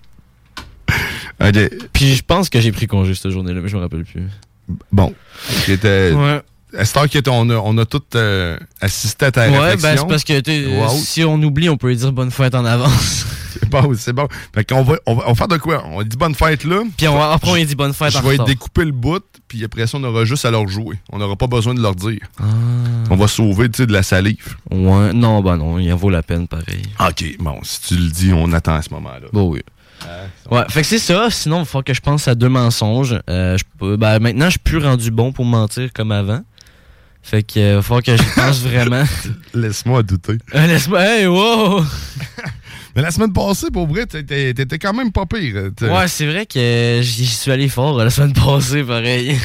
OK. Puis je pense que j'ai pris congé cette journée-là, mais je me rappelle plus. Bon. Ouais. À cette heure on a tous assisté à ta réflexion. Ouais, ben c'est parce que si on oublie, on peut lui dire bonne fête en avance. C'est bon. Fait qu'on va faire de quoi? On dit bonne fête là. Puis après, on lui dit bonne fête en retard. Je vais découper le bout, puis après ça, on aura juste à leur jouer. On n'aura pas besoin de leur dire. On va sauver, de la salive. Ouais, non, non, il en vaut la peine, pareil. OK, bon, si tu le dis, on attend à ce moment-là. Bon, oui. Ouais, fait que c'est ça. Sinon, il va falloir que je pense à deux mensonges. Maintenant, je suis plus rendu bon pour mentir comme avant. Fait que il va falloir que j'y pense vraiment. Laisse-moi douter. Hey, wow! Mais la semaine passée, pour vrai, t'étais quand même pas pire. Ouais, c'est vrai que j'y suis allé fort la semaine passée, pareil.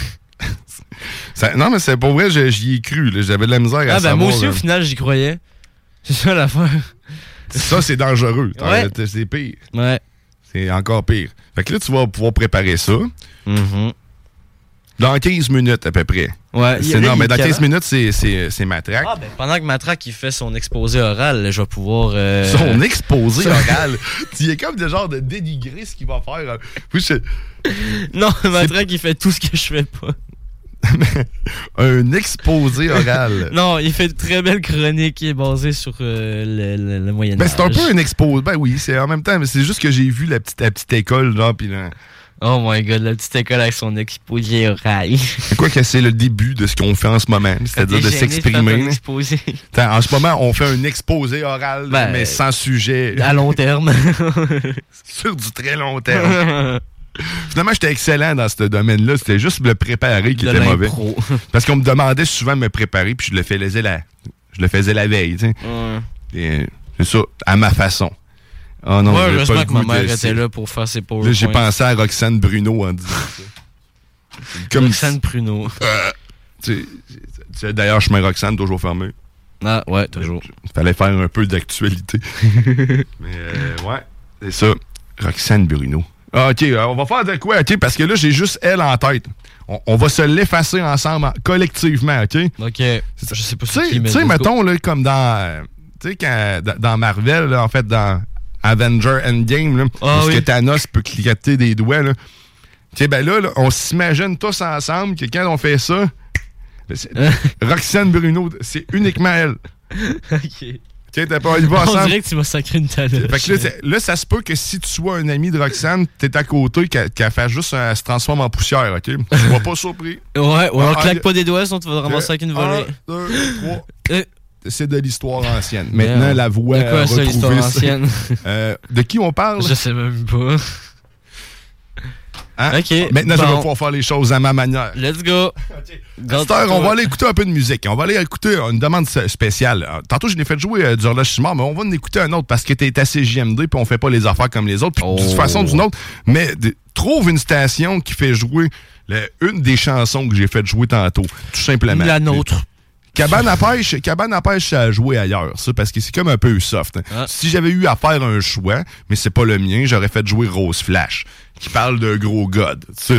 Non, mais c'est pour vrai, j'y ai cru. Là. J'avais de la misère à savoir. Moi aussi, au final, j'y croyais. C'est ça l'affaire. Ça, c'est dangereux. Ouais. C'est pire. Ouais. C'est encore pire. Fait que là, tu vas pouvoir préparer ça. Mm-hmm. Dans 15 minutes, à peu près. Ouais. Non, mais dans 15 minutes, c'est Matraque. Ah, ben, pendant que Matraque, il fait son exposé oral, je vais pouvoir... Son exposé oral? Tu es comme de genre de dénigrer ce qu'il va faire. Non, Matraque, il fait tout ce que je fais pas. Un exposé oral. Non, il fait de très belles chroniques qui est basée sur le Moyen-Âge. Ben, c'est un peu un exposé. Ben oui, c'est en même temps, mais c'est juste que j'ai vu la petite école, genre, pis là... Oh my god, la petite école avec son exposé oral. C'est quoi que c'est le début de ce qu'on fait en ce moment, c'est-à-dire de s'exprimer. En ce moment, on fait un exposé oral, mais sans sujet. À long terme. Sur du très long terme. Finalement, j'étais excellent dans ce domaine-là. C'était juste le préparer qui était mauvais. Parce qu'on me demandait souvent de me préparer, puis je le faisais la veille. Tu sais. Et, c'est ça, à ma façon. Oh non, heureusement que ma mère était là pour faire ses PowerPoints. Là, j'ai pensé à Roxane Bruno en disant ça. Roxane Bruno. D'ailleurs, chemin Roxane, toujours fermé. Ah, ouais, toujours. Il fallait faire un peu d'actualité. Mais, ouais, c'est ça. Roxane Bruno. Ah, OK, on va faire de quoi, OK? Parce que là, j'ai juste elle en tête. On va se l'effacer ensemble, collectivement, OK? OK. Je sais pas si tu sais, mettons, là, comme dans... Tu sais, dans Marvel, là, en fait, dans Avenger Endgame, là, parce que Thanos peut cliquer des doigts, là. Tu sais, ben là, on s'imagine tous ensemble que quand on fait ça, Roxane Bruno, c'est uniquement elle. OK. T'as pas, il va ensemble. On dirait que tu m'as sacré une taloche. Fait que là, ça se peut que si tu sois un ami de Roxane, t'es à côté, qu'elle fasse juste se transforme en poussière, OK? Tu sois pas surpris. Ouais, on claque pas des doigts, sinon tu vas te ramasser avec une volée. 1, 2, 3. C'est de l'histoire ancienne. Maintenant, la voix de quoi ça, l'histoire ancienne? De qui on parle? Je sais même pas. Hein? OK. Maintenant, je vais pouvoir faire les choses à ma manière. Let's go. On va aller écouter un peu de musique. On va aller écouter une demande spéciale. Tantôt, je l'ai fait jouer du Horloge Simard, mais on va en écouter un autre parce que t'es assez JMD puis on fait pas les affaires comme les autres. Puis de toute façon, d'une autre. Mais trouve une station qui fait jouer une des chansons que j'ai fait jouer tantôt. Tout simplement. La nôtre. Cabane à pêche, ça a joué ailleurs, ça, parce que c'est comme un peu soft. Hein. Ah. Si j'avais eu à faire un choix, mais c'est pas le mien, j'aurais fait jouer Rose Flash, qui parle de gros god. Ça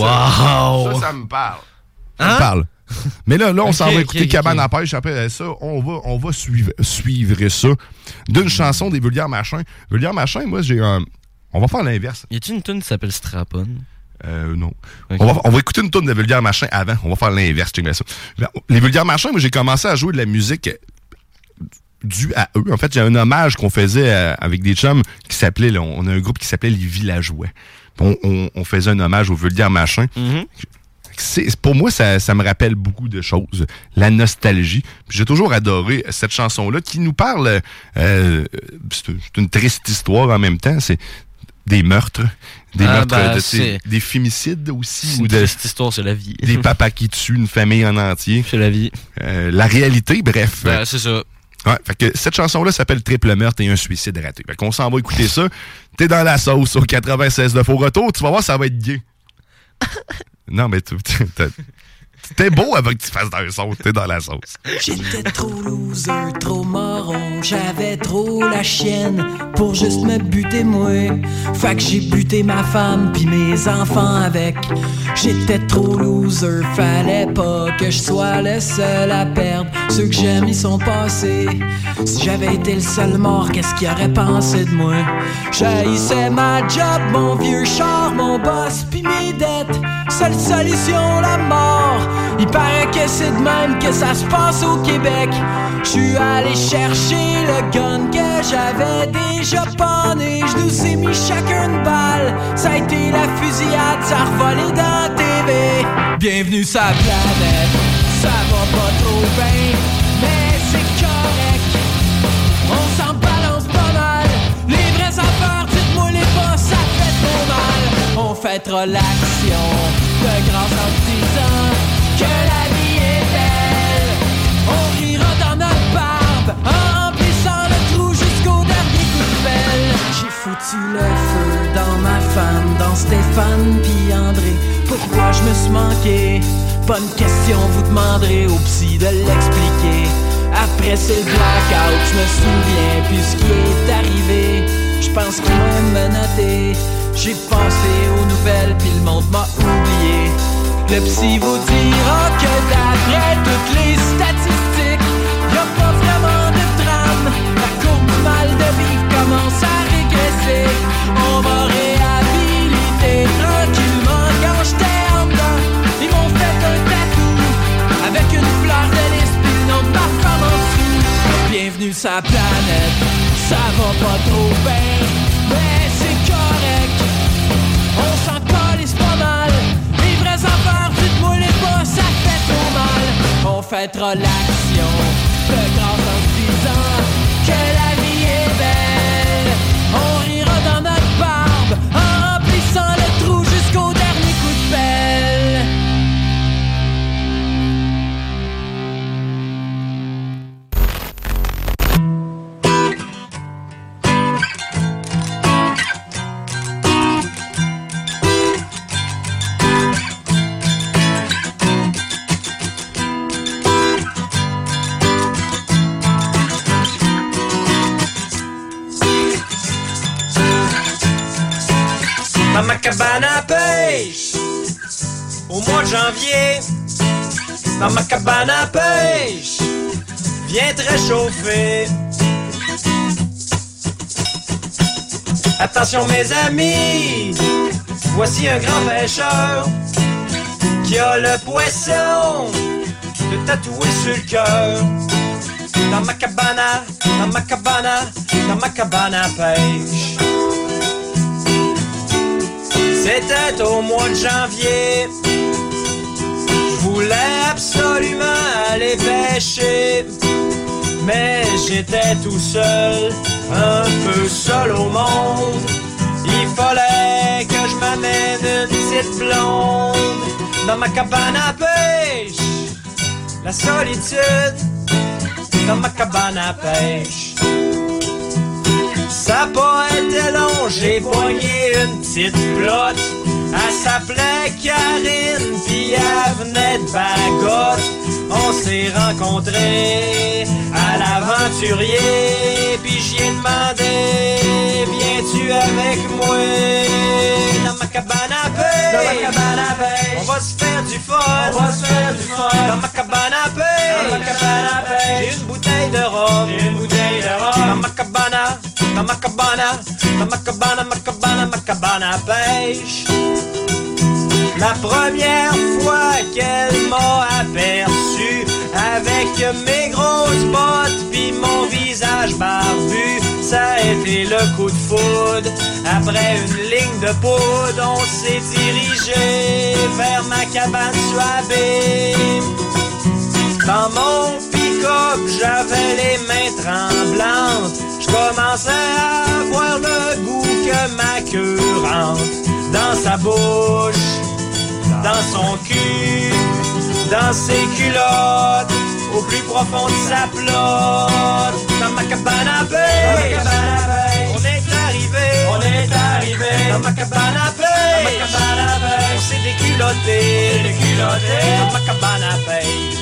me parle. Ça me parle. Mais là, on s'en va écouter Cabane à pêche. Après ça, on va suivre ça d'une chanson des Vulgaires Machins. Vulgaires Machins, moi, j'ai un... On va faire l'inverse. Y a-t-il une tune qui s'appelle Strap-on? Non. Okay. On va écouter une tourne de Vulgaires Machins avant. On va faire l'inverse. Les Vulgaires Machins, moi, j'ai commencé à jouer de la musique due à eux. En fait, j'ai un hommage qu'on faisait avec des chums qui s'appelait... On a un groupe qui s'appelait Les Villageois. On faisait un hommage aux Vulgaires Machins. Mm-hmm. Pour moi, ça me rappelle beaucoup de choses. La nostalgie. Puis j'ai toujours adoré cette chanson-là qui nous parle... c'est une triste histoire en même temps. C'est des meurtres. Des des fémicides aussi. Cette histoire, c'est la vie. Des papas qui tuent une famille en entier. C'est la vie. La réalité, bref. C'est ça. Ouais, fait que cette chanson-là s'appelle Triple meurtre et un suicide raté. Fait qu'on s'en va écouter ça. T'es dans la sauce au 96 de faux retour. Tu vas voir, ça va être gay. Non, mais t'es beau avec que tu fasses dans la sauce. T'es dans la sauce. J'étais trop loser, trop moron. J'avais trop la chienne pour juste me buter moi. Fait que j'ai buté ma femme pis mes enfants avec. J'étais trop loser, fallait pas que je sois le seul à perdre. Ceux que j'aime, ils sont passés. Si j'avais été le seul mort, qu'est-ce qu'ils auraient pensé de moi? J'haïssais ma job, mon vieux char, mon boss pis mes dettes. Seule solution, la mort. Il paraît que c'est de même que ça se passe au Québec. J'suis allé chercher le gun que j'avais déjà panné. J'nous ai mis chacun une balle. Ça a été la fusillade, ça a revolé dans TV. Bienvenue sur la planète, ça va pas trop bien, mais c'est correct. On s'en balance pas mal. Les vraies affaires, dites-moi les pas, ça fait trop mal. On fêtera l'action de grâce en disant que la vie est belle. On rira dans notre barbe en remplissant le trou jusqu'au dernier coup de pelle. J'ai foutu le feu dans ma femme, dans Stéphane pis André. Pourquoi je me suis manqué? Bonne question, vous demanderez au psy de l'expliquer. Après c'est le blackout, je me souviens plus ce qui est arrivé. Je pense qu'il m'a menotté. J'ai pensé aux nouvelles pis le monde m'a oublié. Le psy vous dira que d'après toutes les statistiques, y'a pas vraiment de drame. La courbe du mal de vie commence à régresser. On va réhabiliter tranquillement. Quand j'étais en dedans, ils m'ont fait un tatou sa planète. Ça va pas trop bien, mais c'est correct. On s'en calisse pas mal. Les vraies affaires, dites-moi les pas, ça fait trop mal. On fêtera l'action de grâce en se disant que la vie est belle. On rira dans notre barbe en remplissant le trou jusqu'au dernier coup de pelle. Dans ma cabane à pêche, au mois de janvier, dans ma cabane à pêche, viens te réchauffer. Attention mes amis, voici un grand pêcheur qui a le poisson de tatoué sur le cœur. Dans ma cabane à pêche. C'était au mois de janvier. Je voulais absolument aller pêcher, mais j'étais tout seul, un peu seul au monde. Il fallait que je m'amène une petite blonde. Dans ma cabane à pêche, la solitude. Dans ma cabane à pêche. Ça a pas été long, j'ai poigné une petite plotte. Elle s'appelait Karine, pis elle venait de Bagotte. On s'est rencontrés à l'aventurier, pis j'y ai demandé, viens-tu avec moi? Dans ma cabane à pêche, dans ma cabane à pêche, on va se faire du fun, on va se faire du fun. Dans ma cabane à pêche, dans ma cabane à pêche, j'ai une bouteille de rhum, j'ai une bouteille de rhum. Dans ma cabane, dans ma cabane, dans ma cabane, ma cabane à pêche. La première fois qu'elle m'a aperçu, avec mes grosses bottes pis mon visage barbu, ça a été le coup de foudre. Après une ligne de poudre, on s'est dirigé vers ma cabane suave. Dans mon pick-up, j'avais les mains tremblantes. Je commençais à avoir le goût que ma queue rentre dans sa bouche, dans son cul, dans ses culottes, au plus profond de sa plotte. Dans ma cabane à pêche, on est arrivé, dans ma cabane à pêche, on s'est déculotté, dans ma cabane à pêche.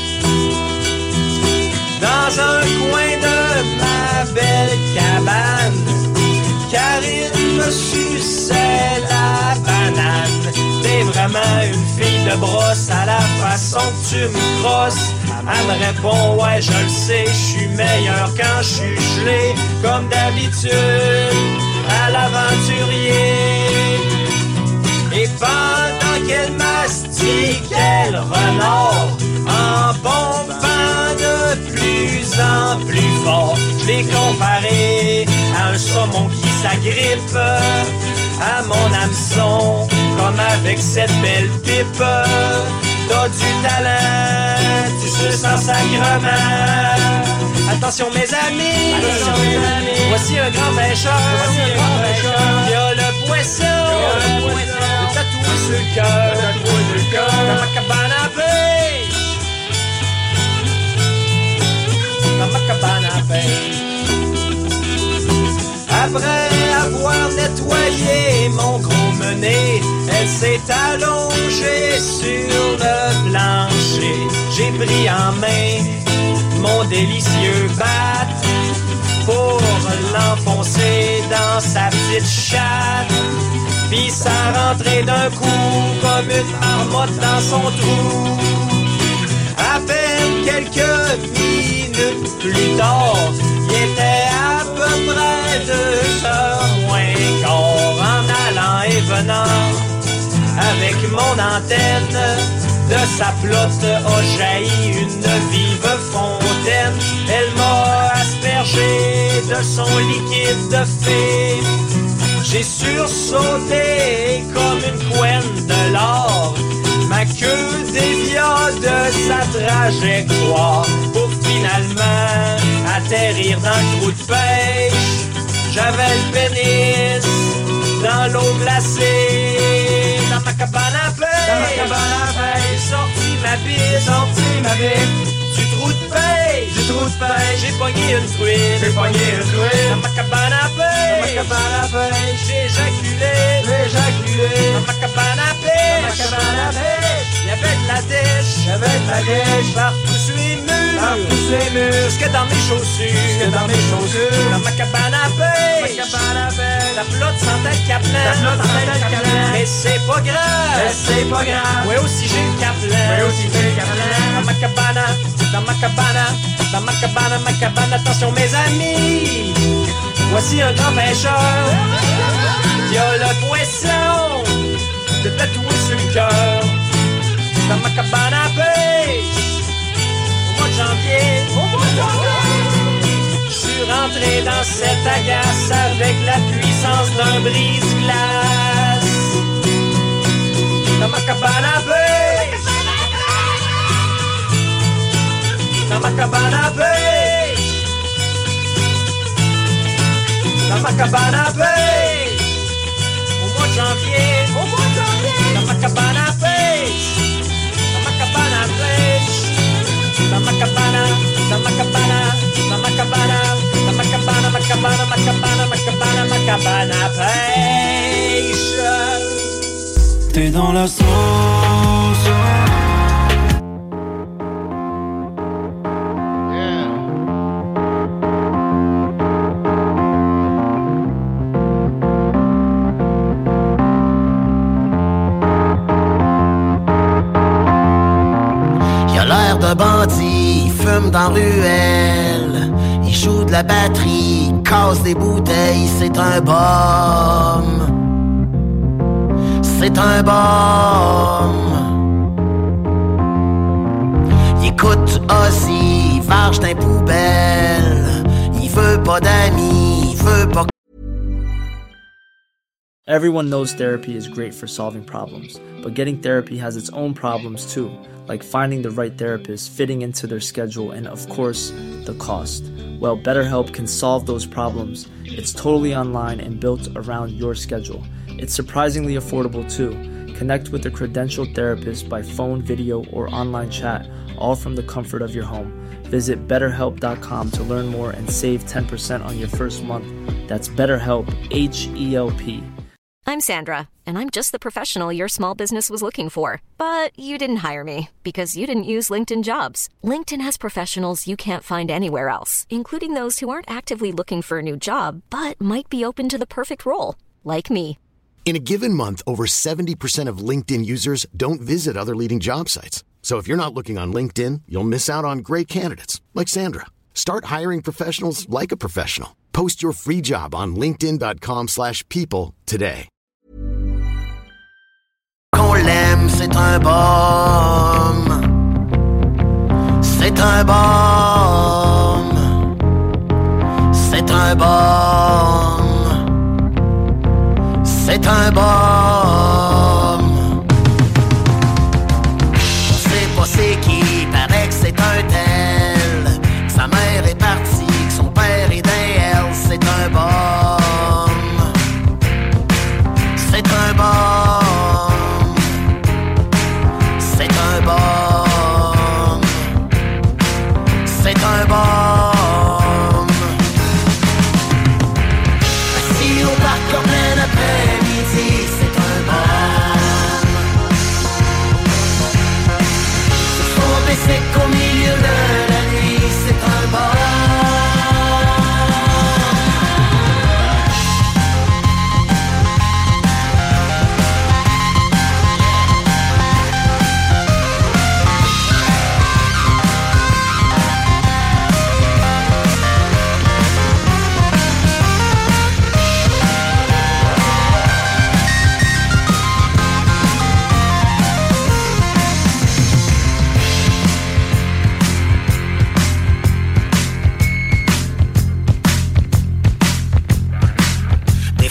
Dans un coin de ma belle cabane, Karine me suçait la banane. T'es vraiment une fille de brosse à la façon que tu me crosses. Elle me répond, ouais je le sais, je suis meilleur quand je suis gelé. Comme d'habitude, à l'aventurier. Et pendant qu'elle mastiquait le renard, en bombant de plus en plus fort, je l'ai comparé à un saumon qui s'agrippe à mon hameçon, comme avec cette belle pipe. T'as du talent, tu suces en sacrement. Attention mes amis, voici un grand pêcheur, qui a le poisson, le tatoué sur le cœur, dans ma cabane à pêche, dans ma cabane à pêche. Après avoir nettoyé mon gros mené, elle s'est allongée sur le plancher. J'ai pris en main mon délicieux bat pour l'enfoncer dans sa petite chatte. Puis ça rentrait d'un coup comme une marmotte dans son trou. À peine quelques minutes plus tard, il était à peu près 2 heures moins quart. En allant et venant avec mon antenne, de sa plotte a jailli une vive fontaine. Elle m'a aspergé aspergé de son liquide de fée. J'ai sursauté comme une couenne de l'or. Ma queue dévia de sa trajectoire pour finalement atterrir dans le trou de pêche. J'avais le pénis dans l'eau glacée. Dans ma cabane à pêche, j'ai sorti ma bite, du trou de pêche, j'ai pogné une truite, dans ma cabane à pêche, j'ai éjaculé, dans ma cabane à pêche, y'avait de la dèche, partout sur les murs, jusque dans mes chaussures, dans ma cabane à pêche, la flotte sentait le capelin, mais c'est pas grave, ouais aussi j'ai le capelin, dans ma cabane, attention mes amis, voici un grand pêcheur, qui a le poisson, de tatoué sur le cœur, dans ma cabane à pêche, au mois de janvier, je suis rentré dans cette agace avec la puissance d'un brise-glace, dans ma cabane à pêche, dans ma cabane à pêche, dans ma cabane à pêche, au mois de janvier, dans ma cabane à pêche, dans ma cabane à pêche, dans ma cabane, dans ma cabane, dans ma cabane, dans ma cabane, ma cabane, ma cabane, ma cabane, ma cabane à pêche. T'es dans la sauce. De bandit, il fume dans ruelle, il joue de la batterie, casse des bouteilles, c'est un bum. C'est un bum. Il écoute du Ozzy, il varge d'un poubelle, il veut pas d'amis, il veut pas. Everyone knows therapy is great for solving problems, but getting therapy has its own problems too, like finding the right therapist, fitting into their schedule, and of course, the cost. Well, BetterHelp can solve those problems. It's totally online and built around your schedule. It's surprisingly affordable too. Connect with a credentialed therapist by phone, video, or online chat, all from the comfort of your home. Visit BetterHelp.com to learn more and save 10% on your first month. That's BetterHelp, H-E-L-P. I'm Sandra, and I'm just the professional your small business was looking for. But you didn't hire me, because you didn't use LinkedIn Jobs. LinkedIn has professionals you can't find anywhere else, including those who aren't actively looking for a new job, but might be open to the perfect role, like me. In a given month, over 70% of LinkedIn users don't visit other leading job sites. So if you're not looking on LinkedIn, you'll miss out on great candidates, like Sandra. Start hiring professionals like a professional. Post your free job on linkedin.com/people today. Qu'on l'aime, c'est un bum. C'est un bum. C'est un bum. C'est un bum. On sait pas c'est qui, paraît que c'est un tel. Sa mère est partie, que son père est d'un L. C'est un bum. C'est un bum. C'est un bum. C'est un bum. Assis au parc comme un après-midi, c'est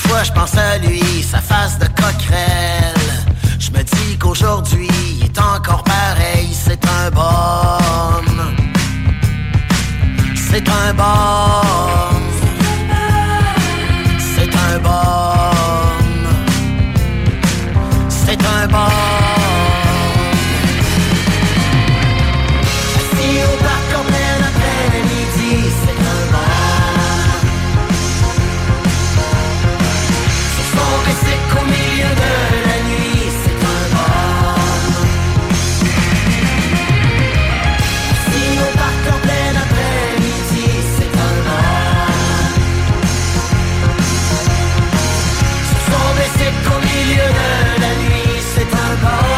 fois je pense à lui, sa face de coquerelle. Je me dis qu'aujourd'hui il est encore pareil. C'est un bon. C'est un bon. C'est un bon. C'est un bon. Assis au parc en plein après-midi, c'est un bon. Sur son bicycle au milieu de la nuit, c'est un bon. Assis au parc en plein après-midi, c'est un bon. Sur son bicycle au milieu de la nuit, c'est un bon.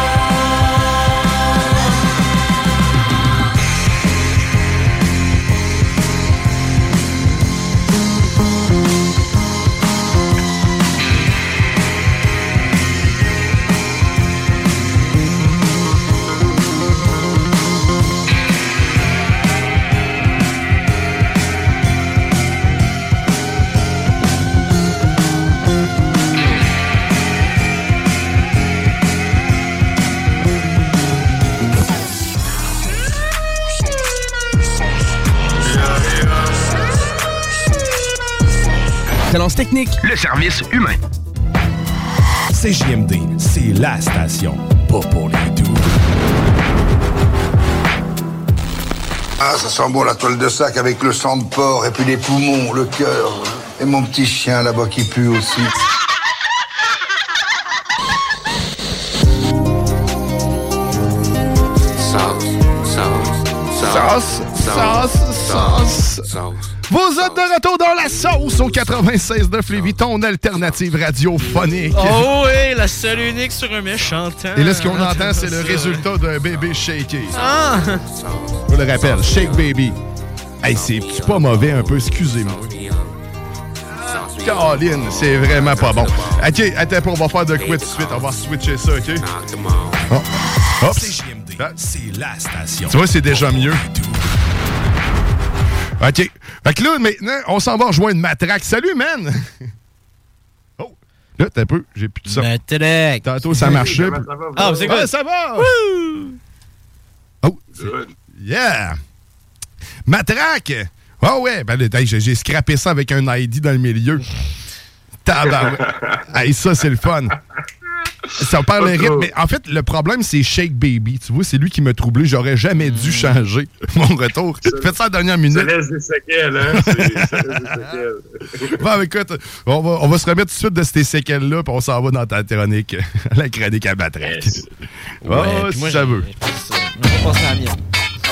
Excellence technique, le service humain. CJMD, c'est la station, pas pour les doux. Ah, ça sent bon la toile de sac avec le sang de porc et puis les poumons, le cœur. Et mon petit chien là-bas qui pue aussi. Sauce. Vous êtes de retour dans la sauce au 96.9 Lévis, ton alternative radiophonique. Oh oui, la seule unique sur un méchant temps. Et là, ce qu'on entend, c'est le résultat d'un bébé shaké. Ah! Je le rappelle, Shake Baby. Hey, c'est pas mauvais un peu, excusez-moi. Caroline, c'est vraiment pas bon. OK, attends, on va faire de quoi tout de suite. On va switcher ça, OK? Oh. Hop. C'est la station. Tu vois, c'est déjà mieux. OK. Fait que là, maintenant, on s'en va rejoindre Matraque. Salut, man! Oh! Là, t'as un peu, j'ai plus de ça. Matraque! Tantôt, ça marchait. Ah, c'est quoi? Ça va! Woo! Oh! Yeah! Matraque! Oh ouais! Ben, j'ai scrappé ça avec un ID dans le milieu. Tabarouette! Hey, ça, c'est le fun! Ça parle le rythme, mais en fait, le problème, c'est Shake Baby. Tu vois, c'est lui qui m'a troublé. J'aurais jamais dû changer mon retour. Faites ça à la dernière minute. Ça laisse des séquelles, hein? Ça laisse des séquelles. Bon, écoute, on va se remettre tout de suite de ces séquelles-là, puis on s'en va dans ta chronique, la chronique à Matraque. Yes. Oh, ouais, si moi, ça veut. On va passer à la mienne.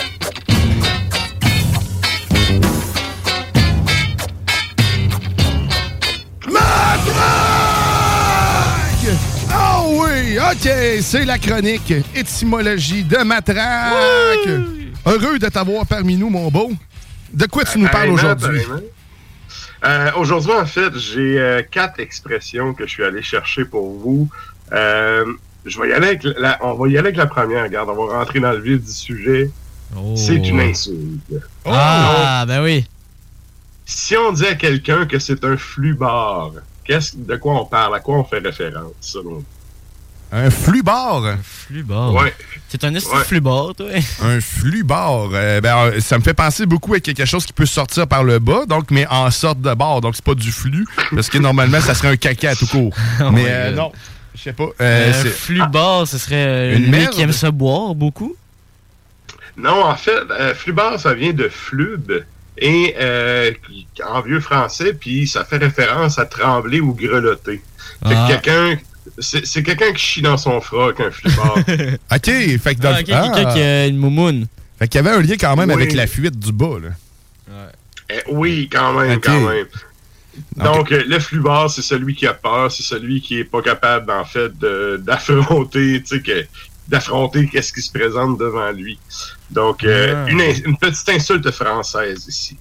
Oh oui, OK, c'est la chronique étymologie de Matraque. Oui. Heureux de t'avoir parmi nous, mon beau. De quoi tu nous parles aujourd'hui? Aujourd'hui, en fait, j'ai 4 expressions que je suis allé chercher pour vous. Je vais y aller on va y aller avec la première. Regarde, on va rentrer dans le vif du sujet. Oh. C'est une insulte. Oh. Ah, ben oui. Si on dit à quelqu'un que c'est un flubard, de quoi on parle? À quoi on fait référence, selon vous? Un flubard? Un flubard? Ouais. C'est un estime flubard, toi? Un flubard? Ça me fait penser beaucoup à quelque chose qui peut sortir par le bas, donc, mais en sorte de bord. Donc, c'est pas du flux, parce que normalement, ça serait un caca tout court. Oh mais non, je sais pas. Flubard, ce serait une merde qui aime ça boire beaucoup? Non, en fait, flubard, ça vient de flub. Et en vieux français, puis ça fait référence à trembler ou grelotter. Fait que quelqu'un, c'est quelqu'un qui chie dans son froc, un flubard. OK, fait que quelqu'un qui a une moumoune. Fait qu'il y avait un lien quand même avec la fuite du bas, là. Ouais. Oui, quand même, quand même. Donc, le flubard, c'est celui qui a peur, c'est celui qui est pas capable, en fait, d'affronter, tu sais, d'affronter qu'est-ce qui se présente devant lui. Donc, une petite insulte française ici.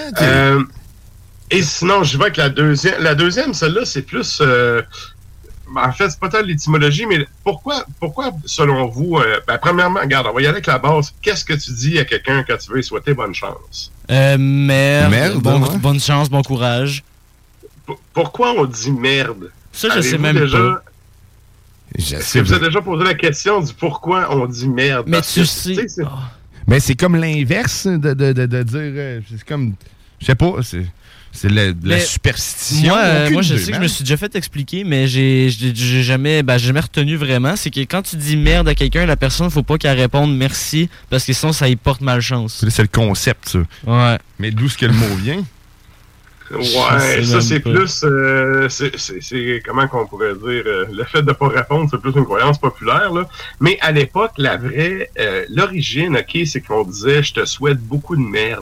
Et sinon, je vais avec la deuxième. La deuxième, celle-là, c'est plus... en fait, c'est pas tant l'étymologie, mais pourquoi selon vous... premièrement, regarde, on va y aller avec la base. Qu'est-ce que tu dis à quelqu'un quand tu veux lui souhaiter bonne chance? Merde. Bonne chance, bon courage. pourquoi on dit merde? Ça, je sais même pas. Est-ce que vous avez déjà posé la question du pourquoi on dit merde? Mais tu sais... Mais c'est comme l'inverse de dire... c'est comme... Je sais pas, c'est la superstition. Moi, je sais que je me suis déjà fait expliquer, mais j'ai jamais retenu vraiment. C'est que quand tu dis merde à quelqu'un, la personne, faut pas qu'elle réponde merci, parce que sinon, ça y porte malchance. C'est le concept, ça. Ouais. Mais d'où est-ce que le mot vient? Ouais, ça c'est plus... c'est comment qu'on pourrait dire... le fait de pas répondre, c'est plus une croyance populaire, là. Mais à l'époque, la vraie... l'origine, OK, c'est qu'on disait « je te souhaite beaucoup de merde ».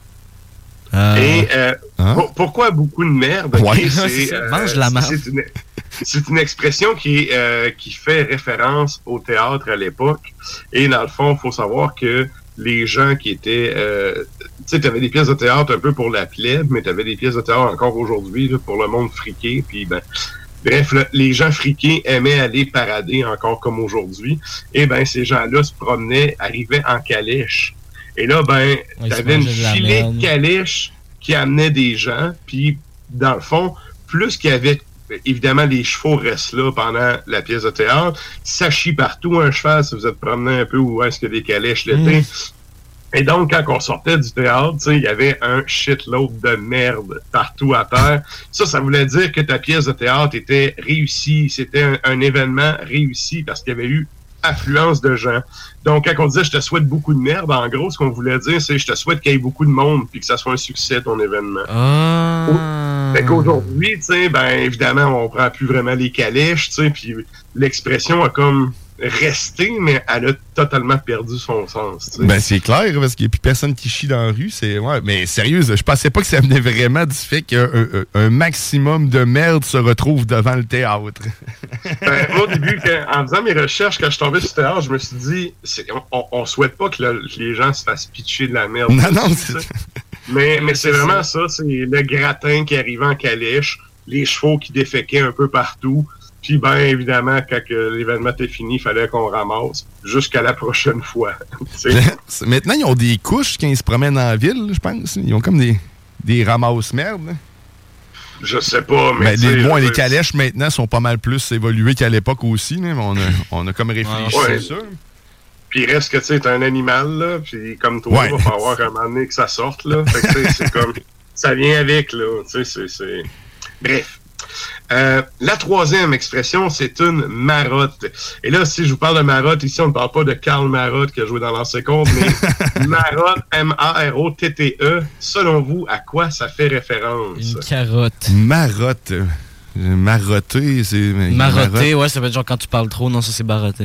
Et pourquoi beaucoup de merde? Ouais, mange la merde. C'est une expression qui fait référence au théâtre à l'époque. Et dans le fond, il faut savoir que les gens qui étaient... tu sais, tu avais des pièces de théâtre un peu pour la plèbe, mais tu avais des pièces de théâtre encore aujourd'hui là, pour le monde friqué. Puis, bref, les gens friqués aimaient aller parader encore comme aujourd'hui. Et ces gens-là se promenaient, arrivaient en calèche. Et là, t'avais une filet de calèche qui amenait des gens. Puis, dans le fond, plus qu'il y avait... Évidemment, les chevaux restent là pendant la pièce de théâtre. Ça chie partout, un cheval, si vous êtes promené un peu où est-ce qu'il y a des calèches l'été. Et donc, quand on sortait du théâtre, il y avait un shitload de merde partout à terre. Ça voulait dire que ta pièce de théâtre était réussie. C'était un événement réussi parce qu'il y avait eu affluence de gens. Donc, quand on disait « je te souhaite beaucoup de merde », en gros, ce qu'on voulait dire, c'est « je te souhaite qu'il y ait beaucoup de monde puis que ça soit un succès, ton événement ». Fait qu'aujourd'hui, tu sais, évidemment, on prend plus vraiment les calèches, tu sais, puis l'expression a comme resté, mais elle a totalement perdu son sens, tu sais. C'est clair, parce qu'il n'y a plus personne qui chie dans la rue, mais sérieux, je pensais pas que ça venait vraiment du fait qu'un maximum de merde se retrouve devant le théâtre. Moi, au début, en faisant mes recherches, quand je suis tombé sur le théâtre, je me suis dit, on souhaite pas que les gens se fassent pitcher de la merde. Non, c'est ça. Mais c'est vraiment ça, c'est le gratin qui arrivait en calèche, les chevaux qui déféquaient un peu partout, puis évidemment, quand l'événement était fini, il fallait qu'on ramasse jusqu'à la prochaine fois. Maintenant, ils ont des couches quand ils se promènent en ville, je pense. Ils ont comme des ramasses-merdes. Je sais pas, mais... les calèches, maintenant, sont pas mal plus évoluées qu'à l'époque aussi. Là, mais on a comme réfléchi à ça. Puis il reste que, tu sais, t'es un animal, là, puis comme toi, il va falloir un moment donné que ça sorte, là. Fait que, c'est comme... Ça vient avec, là. Tu sais, c'est... Bref. La troisième expression, c'est une marotte. Et là, si je vous parle de marotte, ici, on ne parle pas de Karl Marotte qui a joué dans l'Ancien Compte, mais marotte, M-A-R-O-T-T-E. Selon vous, à quoi ça fait référence? Une carotte. Marotte. Marotter, c'est... Marotter, ouais, ça veut dire genre quand tu parles trop. Non, ça, c'est barotter.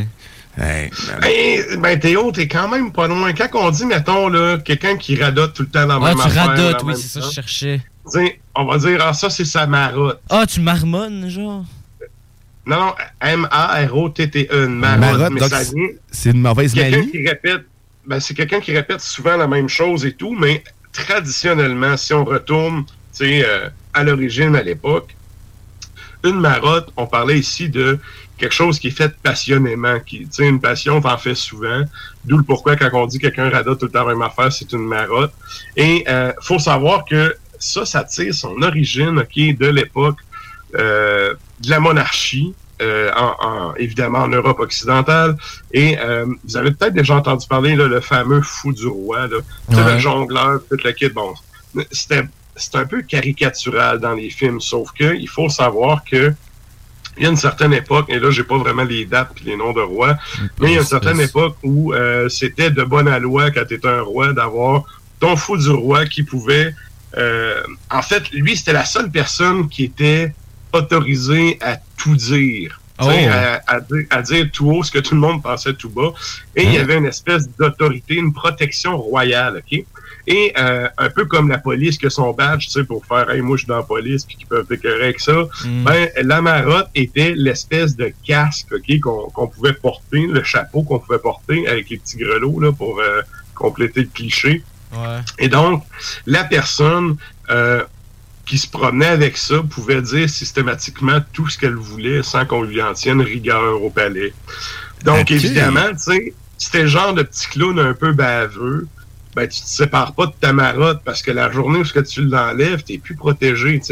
Théo, t'es quand même pas loin. Quand on dit, mettons, là, quelqu'un qui radote tout le temps dans la même affaire... Ah, tu radotes, oui, c'est ça que je cherchais. On va dire, ça, c'est sa marotte. Ah, tu marmonnes, genre? Non, M-A-R-O-T-T-E, une marotte. Mais ça vient... C'est une mauvaise manie? C'est quelqu'un qui répète souvent la même chose et tout, mais traditionnellement, si on retourne, à l'origine, à l'époque, une marotte, on parlait ici de quelque chose qui est fait passionnément. Une passion, t'en fais souvent. D'où le pourquoi, quand on dit quelqu'un radote tout le temps la même affaire, c'est une marotte. Et faut savoir que ça tire son origine, de l'époque de la monarchie, évidemment en Europe occidentale. Et vous avez peut-être déjà entendu parler, là, le fameux fou du roi, là. Le jongleur, tout le kit. Bon, c'est un peu caricatural dans les films, sauf que il faut savoir que il y a une certaine époque, et là, j'ai pas vraiment les dates et les noms de rois, mais il y a une certaine époque où c'était de bonne loi, quand tu étais un roi, d'avoir ton fou du roi qui pouvait... en fait, lui, c'était la seule personne qui était autorisée à tout dire. À dire tout haut ce que tout le monde pensait tout bas. Et il y avait une espèce d'autorité, une protection royale, OK? Et un peu comme la police qui a son badge, tu sais, pour faire « Hey, moi, je suis dans la police », puis qui peuvent t'écœurer avec ça, la marotte était l'espèce de casque, OK, qu'on pouvait porter, le chapeau qu'on pouvait porter avec les petits grelots, là, pour compléter le cliché. Ouais. Et donc, la personne qui se promenait avec ça pouvait dire systématiquement tout ce qu'elle voulait sans qu'on lui en tienne rigueur au palais. Donc, évidemment, tu sais, c'était le genre de petit clown un peu baveux. Tu te sépares pas de ta marotte parce que la journée où tu l'enlèves, t'es plus protégé, tu sais.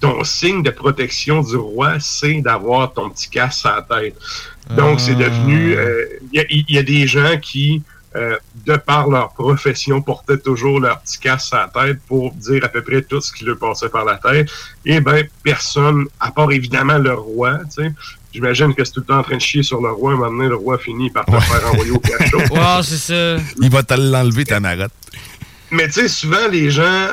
ton signe de protection du roi, c'est d'avoir ton petit casque à la tête. Donc, c'est devenu... Il y a des gens qui, de par leur profession, portaient toujours leur petit casque à la tête pour dire à peu près tout ce qui leur passait par la tête. Et bien, personne, à part évidemment le roi, tu sais, j'imagine que c'est tout le temps en train de chier sur le roi. À un moment donné, le roi finit par te faire envoyer au cachot. Wow, c'est ça. Il va te l'enlever, ta marotte. Mais tu sais, souvent, les gens...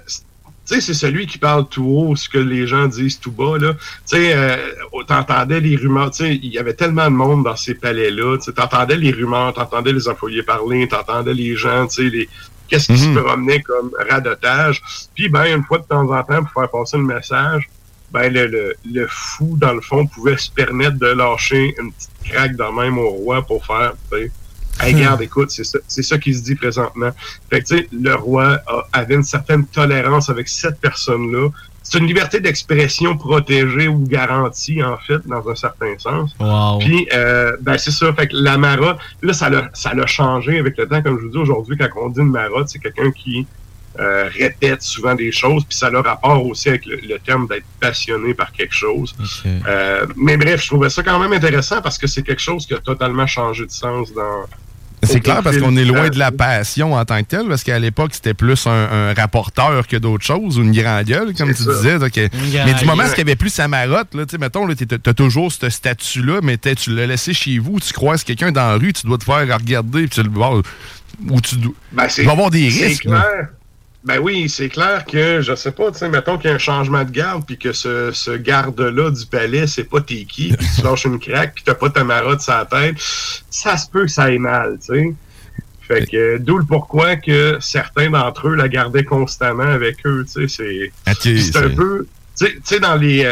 tu sais, c'est celui qui parle tout haut, ce que les gens disent tout bas, là. Tu sais, t'entendais les rumeurs, tu sais, il y avait tellement de monde dans ces palais-là, tu sais, t'entendais les rumeurs, t'entendais les employés parler, t'entendais les gens, tu sais, qu'est-ce qui se promenait comme radotage. Puis, ben, une fois de temps en temps, pour faire passer le message, ben, le fou, dans le fond, pouvait se permettre de lâcher une petite craque de même au roi pour faire, tu sais, hey, regarde, écoute, c'est ça qui se dit présentement. Fait que, tu sais, le roi avait une certaine tolérance avec cette personne-là. C'est une liberté d'expression protégée ou garantie, en fait, dans un certain sens. Wow. Puis, ben, c'est ça. Fait que la marotte, là, ça l'a changé avec le temps. Comme je vous dis aujourd'hui, quand on dit une marotte, c'est quelqu'un qui répète souvent des choses, puis ça a rapport aussi avec le terme d'être passionné par quelque chose. Okay. Mais bref, je trouvais ça quand même intéressant parce que c'est quelque chose qui a totalement changé de sens dans... C'est clair parce qu'on est loin de la passion en tant que telle, parce qu'à l'époque, c'était plus un rapporteur que d'autres choses, ou une grande gueule, comme tu disais. Okay. Mais du moment où il n'y avait plus sa marotte, là, mettons, tu as toujours ce statut-là, mais tu l'as laissé chez vous, tu croises quelqu'un dans la rue, tu dois te faire regarder, puis tu le vois, ou tu dois avoir des risques. Ben oui, c'est clair que, je sais pas, tu sais, mettons qu'il y a un changement de garde, puis que ce garde-là du palais, c'est pas t'es qui, puis tu lâches une craque, puis t'as pas ta marotte sur la tête, ça se peut que ça aille mal, tu sais. Fait que, d'où le pourquoi que certains d'entre eux la gardaient constamment avec eux, tu sais, c'est un peu, tu sais, dans les,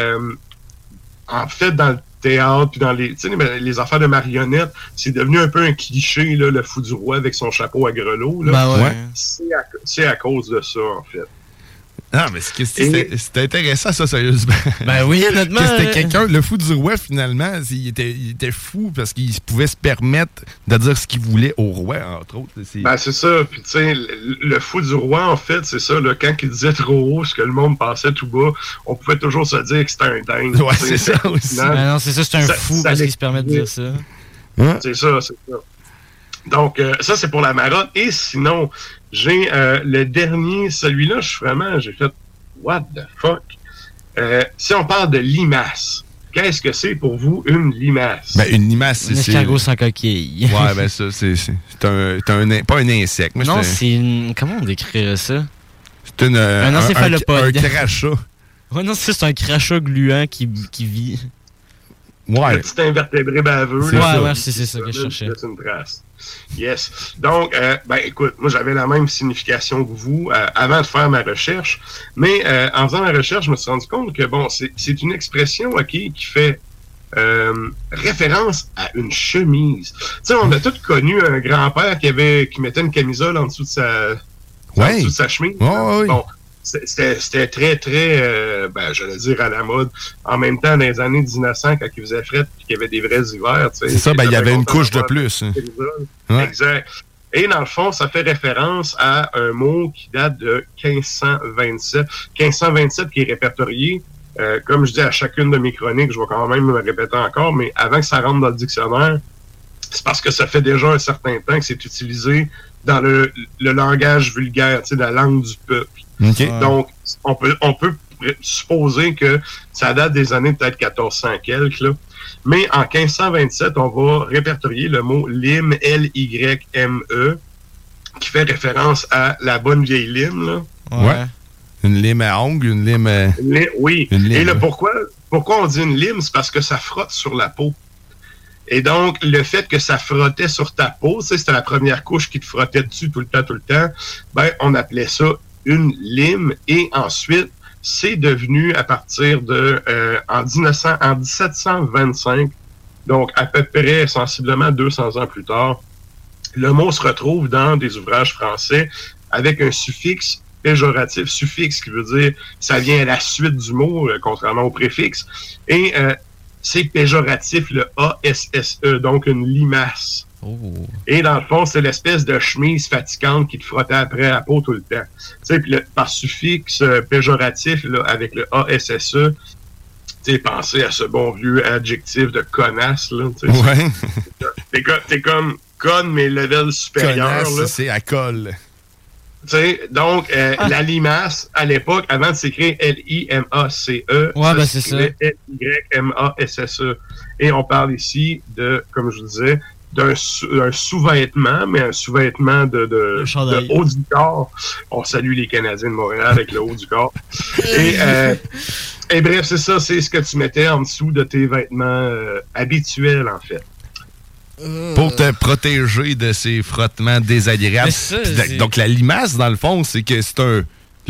en fait, dans le théâtre, puis dans les affaires de marionnettes, c'est devenu un peu un cliché, là, le fou du roi avec son chapeau à grelots. Là. Ben ouais. C'est à cause de ça, en fait. Non, mais c'était intéressant, ça, sérieusement. Ben oui, honnêtement. C'était quelqu'un, le fou du roi, finalement, il était fou parce qu'il pouvait se permettre de dire ce qu'il voulait au roi, entre autres. Ben, c'est ça. Puis, tu sais, le fou du roi, en fait, c'est ça, là, quand il disait trop haut, ce que le monde pensait tout bas, on pouvait toujours se dire que c'était un dingue. Ouais, c'est ça aussi. Ben non, c'est ça, c'est un fou parce qu'il se permet de dire ça. Hein? C'est ça. Donc, ça, c'est pour la marotte. Et sinon, j'ai le dernier, celui-là, j'ai fait « What the fuck? » Si on parle de limace, qu'est-ce que c'est pour vous une limace? Ben, une limace, c'est... Un escargot sans coquille. Ouais, ben ça, c'est pas un insecte. Mais non, c'est une... Comment on décrirait ça? C'est un encéphalopode. Un crachat. Ouais, non, c'est un crachat gluant qui vit. Ouais. Le petit invertébré baveux. Ouais, c'est ça que je cherchais. C'est une trace. Yes. Donc, ben écoute, moi j'avais la même signification que vous avant de faire ma recherche, mais en faisant ma recherche, je me suis rendu compte que bon, c'est une expression qui fait référence à une chemise. Tu sais, on a tous connu un grand-père qui mettait une camisole en dessous de sa chemise. Oui. Bon, c'était très, très, j'allais dire à la mode. En même temps, dans les années 1900, quand il faisait fret et qu'il y avait des vrais hivers, tu sais. C'est ça, il y avait une couche de plus. Ouais. Exact. Et dans le fond, ça fait référence à un mot qui date de 1527. 1527 qui est répertorié. Comme je dis à chacune de mes chroniques, je vais quand même me répéter encore, mais avant que ça rentre dans le dictionnaire, c'est parce que ça fait déjà un certain temps que c'est utilisé dans le langage vulgaire, tu sais, la langue du peuple. Okay. Donc, on peut supposer que ça date des années peut-être 1400 quelques, là. Mais en 1527, on va répertorier le mot lime, L-Y-M-E, qui fait référence à la bonne vieille lime, là. Ouais. Une lime à ongles, une lime à... Oui. Et là, pourquoi on dit une lime? C'est parce que ça frotte sur la peau. Et donc, le fait que ça frottait sur ta peau, tu sais, c'était la première couche qui te frottait dessus tout le temps, ben, on appelait ça une lime. Et ensuite, c'est devenu à partir de en 1725, donc à peu près sensiblement 200 ans plus tard, le mot se retrouve dans des ouvrages français avec un suffixe péjoratif, suffixe qui veut dire ça vient à la suite du mot, contrairement au préfixe. Et c'est péjoratif, le ASSE, donc une limace. Oh. Et dans le fond, c'est l'espèce de chemise fatigante qui te frottait après la peau tout le temps. Tu sais, puis par suffixe péjoratif, là, avec le ASSE, tu sais, pensez à ce bon vieux adjectif de connasse, là. Ouais. T'es comme conne, mais level supérieur. Connasse, là. c'est à colle. T'sais, donc, la limace, à l'époque, avant de s'écrire L-I-M-A-C-E, ouais, c'est ça. L-Y-M-A-S-S-E. Et on parle ici de, comme je vous disais, d'un sous-vêtement, mais un sous-vêtement de haut du corps. On salue les Canadiens de Montréal avec le haut du corps. Et bref, c'est ça, c'est ce que tu mettais en dessous de tes vêtements habituels, en fait. Pour te protéger de ces frottements désagréables. Ça, donc, la limace, dans le fond, c'est que c'est un...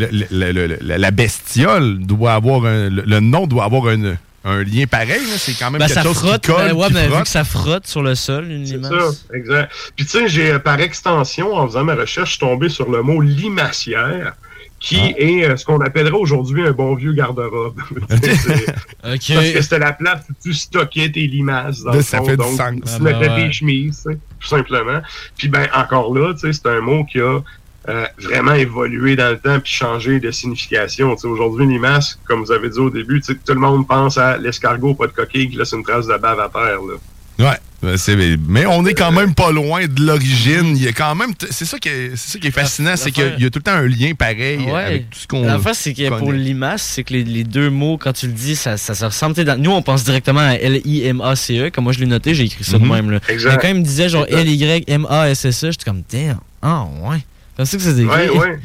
la bestiole doit avoir le nom doit avoir un lien pareil. Là. C'est quand même quelque chose frotte, qui colle, qui frotte. Vu que ça frotte sur le sol, une limace. C'est ça, exact. Puis tu sais, j'ai par extension, en faisant ma recherche, je suis tombé sur le mot limacière, qui est ce qu'on appellerait aujourd'hui un bon vieux garde-robe. Okay. Parce que c'était la place où tu stockais tes limaces. Dans le ça fond, fait donc, du sens. tu mettais tes chemises, tout simplement. Puis ben encore là, c'est un mot qui a vraiment évolué dans le temps puis changé de signification. T'sais, aujourd'hui, limace, comme vous avez dit au début, tout le monde pense à l'escargot pas de coquille qui laisse une trace de bave à terre. Là. Ouais. Mais on est quand même pas loin de l'origine. Il y a quand même. C'est ça qui est fascinant, c'est qu'il y a tout le temps un lien pareil avec tout ce qu'on. La face, c'est que pour limace, c'est que les deux mots, quand tu le dis, ça se ressemble. Nous, on pense directement à L-I-M-A-C-E. Comme moi, je l'ai noté, j'ai écrit ça de même. Là. Exact. Mais quand il me disait genre L-Y-M-A-S-S-E, j'étais comme, damn. Ah, ouais. C'est ça que ça s'écrit. Ouais.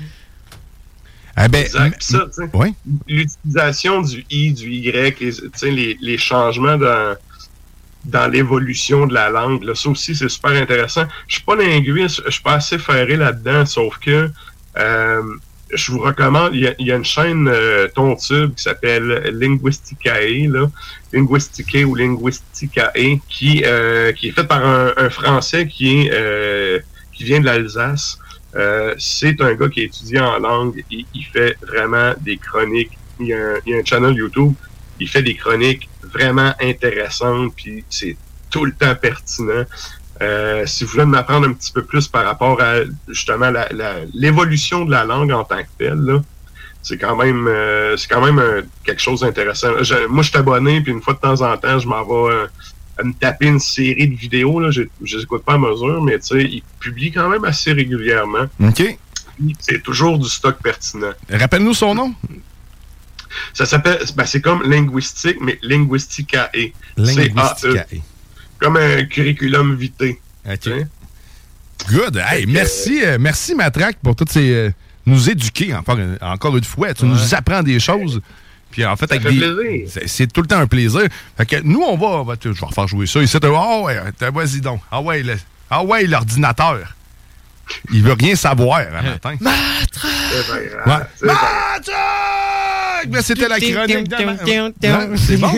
Ah ben, exact. Ça, l'utilisation du I, du Y, les changements dans l'évolution de la langue, là, ça aussi, c'est super intéressant. Je suis pas linguiste, je suis pas assez ferré là-dedans, sauf que je vous recommande, il y a une chaîne Tontube qui s'appelle Linguisticae, là, Linguisticae ou Linguisticae, qui est faite par un Français qui vient de l'Alsace. C'est un gars qui est étudiant en langue et il fait vraiment des chroniques. Il y a un channel YouTube, il fait des chroniques vraiment intéressantes, puis c'est tout le temps pertinent. Si vous voulez m'apprendre un petit peu plus par rapport à justement l'évolution de la langue en tant que telle, là, c'est quand même quelque chose d'intéressant. Moi, je suis abonné, puis une fois de temps en temps, je m'en vais à me taper une série de vidéos. Là. Je les écoute pas à mesure, mais tu sais, il publie quand même assez régulièrement. OK. Puis, c'est toujours du stock pertinent. Rappelle-nous son nom. Ça s'appelle, c'est comme linguistique, mais Linguisticae. Linguisticae. C-A-E. Comme un curriculum vitae. OK. Good. Hey, merci Matraque pour toutes ces... nous éduquer encore une fois. Tu nous apprends des choses. Puis en fait, ça fait plaisir. C'est tout le temps un plaisir. Fait que nous, je vais refaire jouer ça. Ici, vas-y donc. Ah ouais, l'ordinateur. Il veut rien savoir un matin. Matraque! Mais c'était la chronique. C'est bon,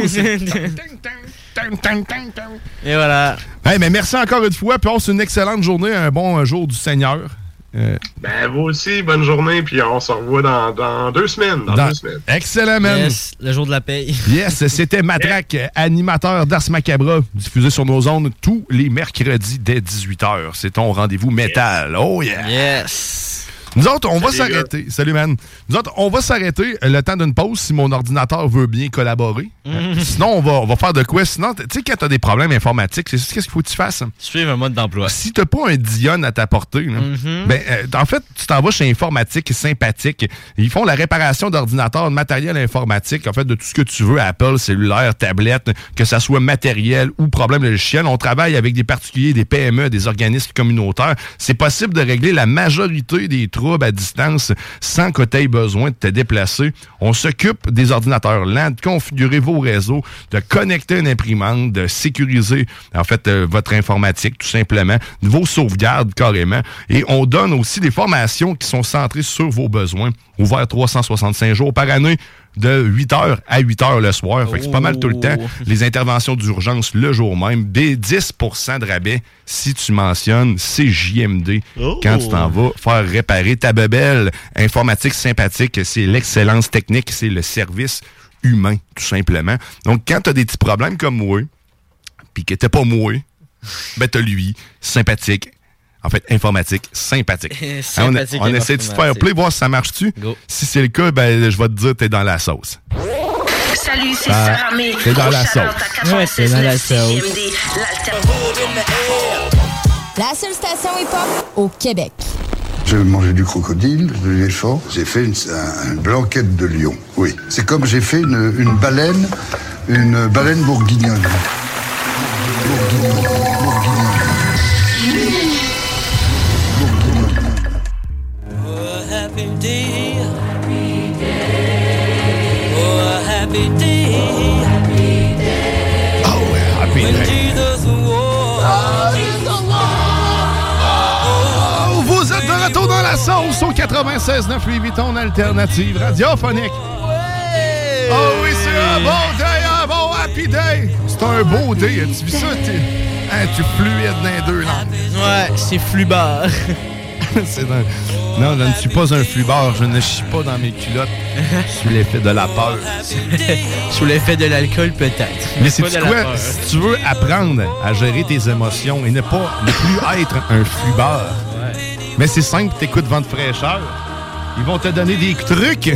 Et voilà. Hey, mais merci encore une fois. Puis on se une excellente journée, un bon jour du Seigneur. Ben, vous aussi, bonne journée, puis on se revoit dans 2 semaines. Dans 2 semaines. Excellent, man. Yes, le jour de la paye. Yes, c'était Matraque, animateur d'Ars Macabra, diffusé sur nos ondes tous les mercredis dès 18h. C'est ton rendez-vous métal. Oh yeah! Yes! Nous autres, on va s'arrêter. Salut, man. Nous autres, on va s'arrêter le temps d'une pause si mon ordinateur veut bien collaborer. Sinon, on va faire de quoi? Sinon, tu sais, quand tu as des problèmes informatiques, qu'est-ce qu'il faut que tu fasses? Suivre un mode d'emploi. Si tu n'as pas un Dion à t'apporter, en fait, tu t'en vas chez Informatique Sympathique. Ils font la réparation d'ordinateurs, de matériel informatique, en fait, de tout ce que tu veux, Apple, cellulaire, tablette, que ça soit matériel ou problème logiciel. On travaille avec des particuliers, des PME, des organismes communautaires. C'est possible de régler la majorité des troubles à distance sans que tu aies besoin de te déplacer. On s'occupe des ordinateurs lents, de configurer vos réseaux, de connecter une imprimante, de sécuriser en fait votre informatique tout simplement, de vos sauvegardes carrément. Et on donne aussi des formations qui sont centrées sur vos besoins, ouvert 365 jours par année, de 8h à 8h le soir. Fait que c'est pas mal tout le temps. Les interventions d'urgence le jour même. 10% de rabais si tu mentionnes CJMD quand tu t'en vas faire réparer ta bebelle. Informatique Sympathique, c'est l'excellence technique, c'est le service humain, tout simplement. Donc, quand t'as des petits problèmes comme moi, puis que t'es pas moi, ben t'as lui, sympathique. En fait, informatique, sympathique. Sympathique on essaie de se faire play, voir si ça marche-tu. Go. Si c'est le cas, ben je vais te dire, t'es dans la sauce. Salut, c'est Sarah May. T'es dans la sauce. Ouais, t'es dans la sauce. La seule station hip-hop au Québec. J'ai mangé du crocodile, de l'éléphant. J'ai fait une blanquette de lion. Oui, c'est comme j'ai fait une baleine bourguignonne. Happy day. Oh, a happy day. Oh, happy When day. Jesus Vous êtes de retour dans la sauce au 96.9 Louis Vuitton alternative radiophonique. Oh oui, c'est un bon day, un bon happy day. C'est un beau day. As-tu vu ça? Tu fluides dans les deux langues. Ouais, c'est flubard. Non, je ne suis pas un flubard. Je ne chie pas dans mes culottes sous l'effet de la peur. Sous l'effet de l'alcool, peut-être. Mais c'est pas de quoi? la peur. Si tu veux apprendre à gérer tes émotions et ne plus être un flubard, mais c'est simple, t'écoutes Vent de fraîcheur. Ils vont te donner des trucs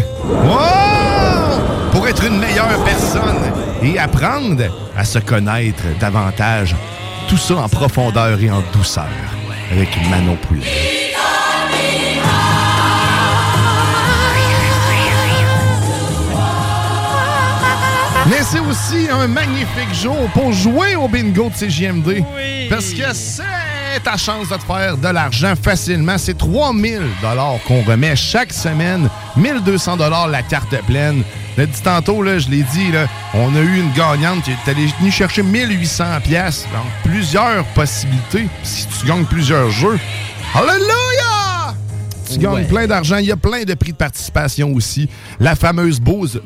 pour être une meilleure personne et apprendre à se connaître davantage. Tout ça en profondeur et en douceur avec Manon Poulet. Mais c'est aussi un magnifique jour pour jouer au bingo de CJMD. Oui. Parce que c'est ta chance de te faire de l'argent facilement. C'est 3000 $ qu'on remet chaque semaine. 1200 $ la carte pleine. Je l'ai dit tantôt, là, je l'ai dit, là, on a eu une gagnante qui est allée venir chercher 1800 $. Donc, plusieurs possibilités. Si tu gagnes plusieurs jeux. Alléluia! Tu gagnes plein d'argent. Il y a plein de prix de participation aussi. La fameuse bouse.